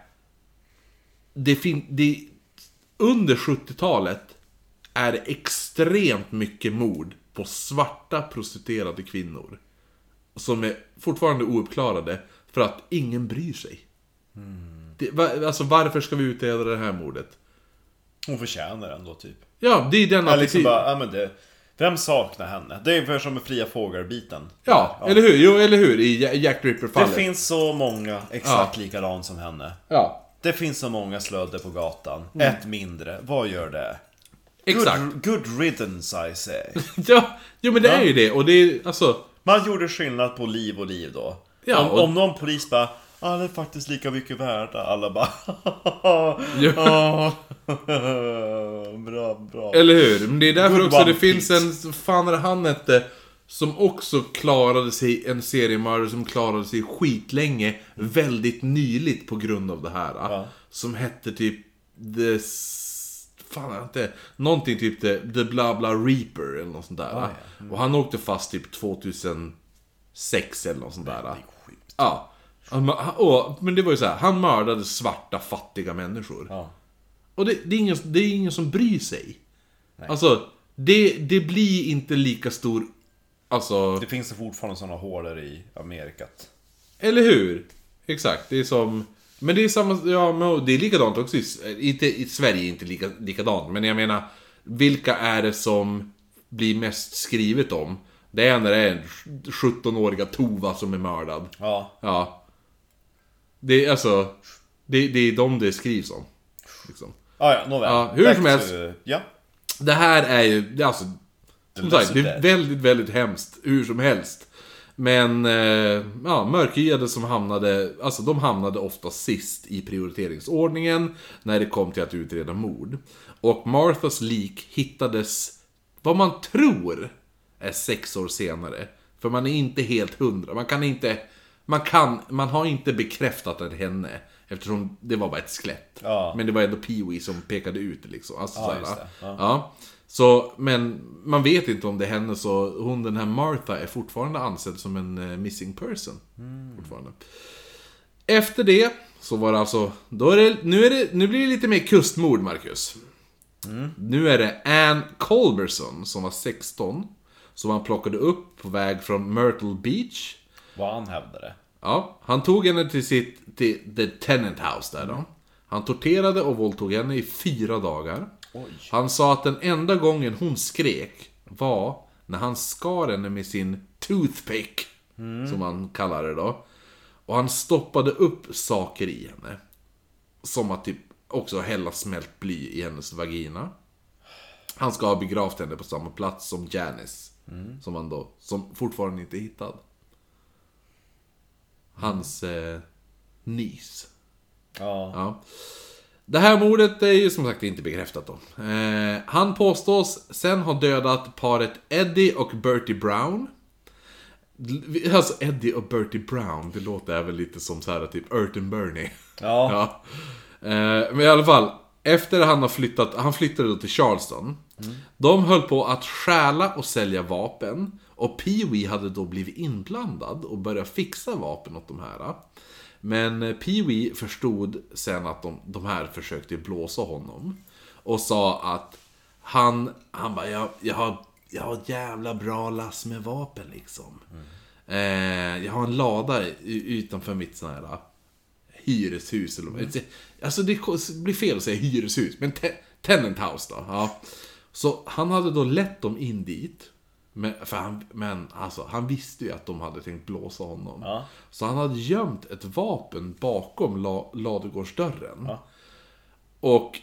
B: Det fin, det, under sjuttiotalet är det extremt mycket mord på svarta prostituerade kvinnor som är fortfarande ouppklarade för att ingen bryr sig. Mm. Det, va, alltså varför ska vi utreda det här mordet?
A: Hon förtjänar ändå typ.
B: Ja, det är den
A: attityd. Liksom bara, ja, men det, vem saknar henne? Det är ungefär som med fria fåglar-biten.
B: Ja, ja, eller hur? Jo, eller hur? I Jack Ripper-fallet.
A: Det finns så många exakt ja. likadan som henne.
B: Ja.
A: Det finns så många slödder på gatan. Mm. Ett mindre. Vad gör det?
B: Exakt.
A: Good, good riddance, I say.
B: Ja, jo, men det ja. är ju det. Och det är, alltså...
A: Man gjorde skillnad på liv och liv då.
B: Ja,
A: om,
B: och...
A: om någon polis bara, ah, det är faktiskt lika mycket värda. Alla bara, ja. Bra, bra.
B: Eller hur? Men det är därför good också det finns piece. En, fan är han hette, som också klarade sig, en seriemördare som klarade sig skitlänge, väldigt nyligt på grund av det här. Ja. Som hette typ The... Fan, inte någonting typ the, the bla bla Reaper eller något sånt där. Ah, ja. mm. Och han åkte fast typ tvåtusensex eller något sånt där. Det ja. Och, men det var ju så här, han mördade svarta fattiga människor. Ja. Och det, det, är ingen, det är ingen som bryr sig. Nej. Alltså, det, det blir inte lika stor, alltså...
A: Det finns fortfarande sådana hårdare i Amerikat.
B: Eller hur? Exakt, det är som... Men det är samma, ja, men det är likadant också i, inte, i Sverige är inte lika, likadant. Men jag menar, vilka är det som blir mest skrivet om? Det är när det är en sjuttonåriga Tova som är mördad. Ja. Ja. Det är alltså, det, det är de det skrivs om. Liksom.
A: Ah, ja, nåväl.
B: Ja, hur som helst.
A: Ja.
B: Det här är ju, det är alltså, som sagt, det är väldigt, väldigt hemskt. Hur som helst. Men, ja, mörkhyade som hamnade, alltså de hamnade ofta sist i prioriteringsordningen när det kom till att utreda mord. Och Marthas lik hittades, vad man tror, är sex år senare. För man är inte helt hundra. Man kan inte, man kan, man har inte bekräftat att det är henne. Eftersom det var bara ett skelett. Ja. Men det var ändå Pee-wee som pekade ut det liksom. Alltså, ja, just det. Ja. Ja. Så, men man vet inte om det är henne, så hon, den här Martha, är fortfarande ansedd som en uh, missing person. Mm. Fortfarande. Efter det så var det alltså, då är det, nu, är det, nu blir det lite mer kustmord, Marcus. Mm. Nu är det Ann Culberson som var sexton, som han plockade upp på väg från Myrtle Beach.
A: Vad han hävdade.
B: Ja, han tog henne till sitt till the tenant house där då. Mm. Han torterade och våldtog henne i fyra dagar. Oj. Han sa att den enda gången hon skrek var när han skar henne med sin toothpick, mm. som han kallar det då. Och han stoppade upp saker i henne, som att typ också hälla smält bly i hennes vagina. Han ska ha begravt henne på samma plats som Janice.
A: Mm.
B: Som han då, som fortfarande inte är hittad. Hans eh, nys.
A: Ja.
B: Ja. Det här mordet är ju som sagt inte bekräftat då. Eh, han påstås sen ha dödat paret Eddie och Bertie Brown. Alltså Eddie och Bertie Brown, det låter även lite som så här typ Ert and Bernie.
A: Ja.
B: Ja. Eh, men i alla fall, efter han har flyttat, han flyttade då till Charleston. Mm. De höll på att stjäla och sälja vapen. Och Pee-wee hade då blivit inblandad och börjat fixa vapen åt de här. Men Pee-wee förstod sen att de, de här försökte blåsa honom. Och sa att han, han bara, jag, jag, har, jag har ett jävla bra lass med vapen liksom. Mm. Eh, jag har en lada utanför mitt sån här hyreshus. Mm. Alltså det blir fel att säga hyreshus, men te- tenant house då. Ja. Så han hade då lett dem in dit. Men, för han, men alltså, han visste ju att de hade tänkt blåsa honom.
A: Ja.
B: Så han hade gömt ett vapen bakom la, ladugårdsdörren.
A: Ja.
B: Och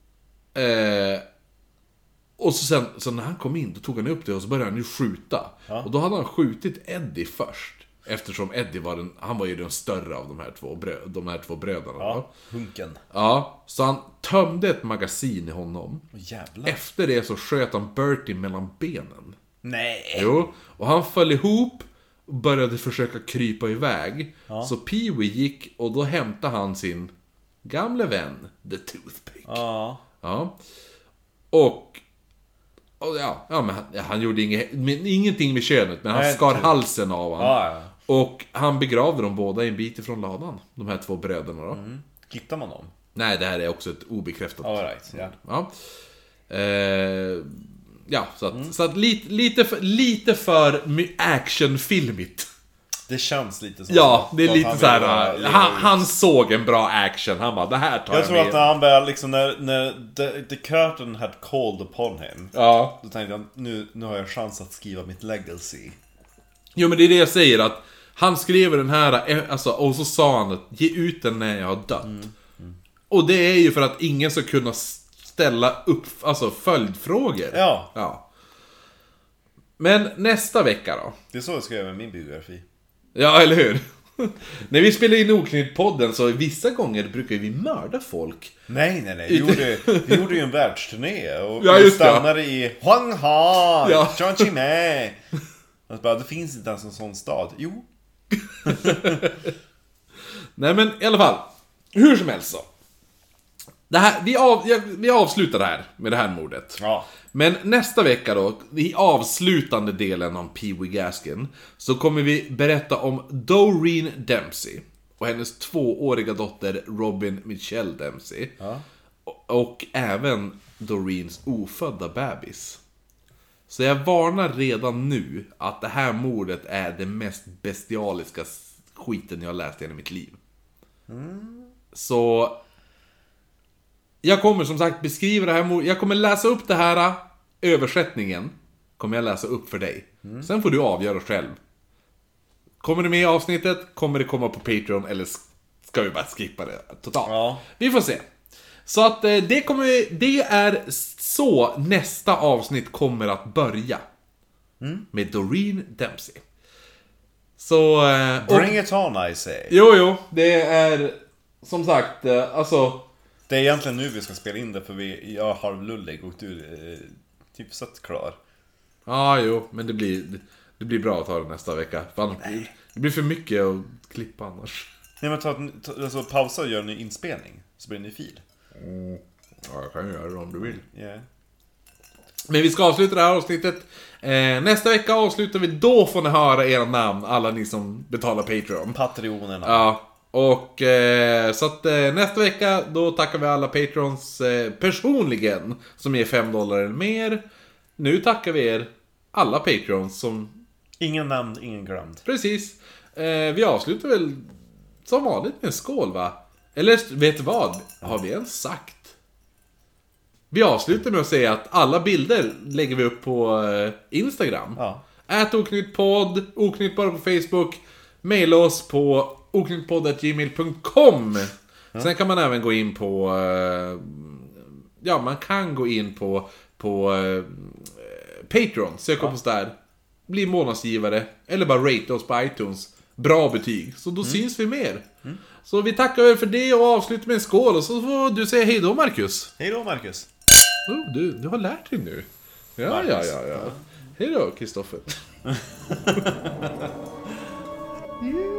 B: eh, Och så sen så när han kom in, då tog han upp det och så började han ju skjuta. Ja. Och då hade han skjutit Eddie först. Eftersom Eddie var den, han var ju den större av de här två, brö, de här två bröderna.
A: Ja, hunken.
B: Ja, så han tömde ett magasin i honom.
A: Åh, jävlar.
B: Efter det så sköt han Bertie mellan benen.
A: Nej.
B: Jo, och han föll ihop och började försöka krypa iväg.
A: Ja.
B: Så Pee-wee gick och då hämtade han sin gamle vän, The Toothpick.
A: Ja.
B: Ja. Och, och ja, ja men han, ja, han gjorde inget, men, ingenting med könet, men han
A: Nej,
B: skar
A: typ.
B: halsen av honom.
A: Ja, ja.
B: Och han begravde dem båda i en bit ifrån ladan, de här två bröderna då.
A: Mm. Hittar man dem?
B: Nej, det här är också ett obekräftat.
A: All right, yeah.
B: Ja. Eh, ja, så att, mm. så att lite, lite för, lite för actionfilmigt.
A: Det känns lite som
B: ja, det är lite
A: han
B: så här. Han, han såg en bra action. Han bara, det här tar jag,
A: jag tror
B: med.
A: att när han började liksom, när, när the, the curtain had called upon him.
B: Ja.
A: Då tänkte jag, nu, nu har jag chans att skriva mitt legacy.
B: Jo, men det är det jag säger, att han skrev den här, alltså, och så sa han att ge ut den när jag har dött. Mm. Mm. Och det är ju för att ingen ska kunna ställa upp, alltså följdfrågor.
A: Ja.
B: Ja. Men nästa vecka då?
A: Det är så jag skrev med min biografi.
B: Ja, eller hur? När vi spelar in Oknytt-podden så vissa gånger brukar vi mörda folk.
A: Nej, nej, nej. Vi gjorde, vi gjorde ju en världsturné. Och
B: ja,
A: vi stannade
B: det.
A: i Huangha,
B: ja.
A: Chongqing. Och bara, det finns inte ens en sån stad. Jo.
B: Nej, men i alla fall. Hur som helst så. Det här, vi, av, vi avslutar det här med det här mordet.
A: Ja.
B: Men nästa vecka då, i avslutande delen om Pee-wee Gaskin, så kommer vi berätta om Doreen Dempsey och hennes tvååriga dotter Robin Michelle Dempsey.
A: Ja.
B: Och, och även Doreens ofödda bebis. Så jag varnar redan nu att det här mordet är det mest bestialiska skiten jag har läst i mitt liv. Mm. Så jag kommer som sagt beskriva det här mordet. Jag kommer läsa upp det här, översättningen kommer jag läsa upp för dig. Mm. Sen får du avgöra själv. Kommer det med i avsnittet? Kommer det komma på Patreon? Eller ska vi bara skippa det totalt?
A: Ja.
B: Vi får se. Så att det kommer, det är så nästa avsnitt kommer att börja. Mm. Med Doreen Dempsey. Så... Och,
A: bring it on, I say.
B: Jo, jo. Det är som sagt, alltså...
A: Det är egentligen nu vi ska spela in det, för vi, jag är halvlullig och du är typ sett klar.
B: Ja, ah, jo, men det blir, det blir bra att ta det nästa vecka. För annars blir, det blir för mycket att klippa annars.
A: Nej, men ta, ta, alltså, pausa och gör en ny inspelning, så blir det en ny fil.
B: Mm. Ja, jag kan göra det om du vill.
A: Yeah.
B: Men vi ska avsluta det här avsnittet. Eh, nästa vecka avslutar vi, då får ni höra era namn, alla ni som betalar Patreon.
A: Patrionerna.
B: Ja. Och eh, så att eh, nästa vecka då tackar vi alla patrons eh, personligen som är fem dollar eller mer. Nu tackar vi er alla patrons som...
A: Ingen namn, ingen glömd.
B: Precis. Eh, vi avslutar väl som vanligt med en skål, va? Eller vet du vad? Har vi ens sagt? Vi avslutar med att säga att alla bilder lägger vi upp på eh, Instagram.
A: Ja.
B: Ät oknyttpodd, oknytt bara på Facebook. Maila oss på oknyttpodd at gmail dot com. Ja. Sen kan man även gå in på... Ja, man kan gå in på, på eh, Patreon. Sök upp oss där. Bli månadsgivare. Eller bara rate oss på iTunes. Bra betyg. Så då mm. syns vi mer. Mm. Så vi tackar er för det och avslutar med en skål. Och så får du säga hej då, Marcus.
A: Hej då, Marcus.
B: Oh, du, du har lärt dig nu. Ja, Marcus. ja, ja, ja. Hej då, Kristoffer.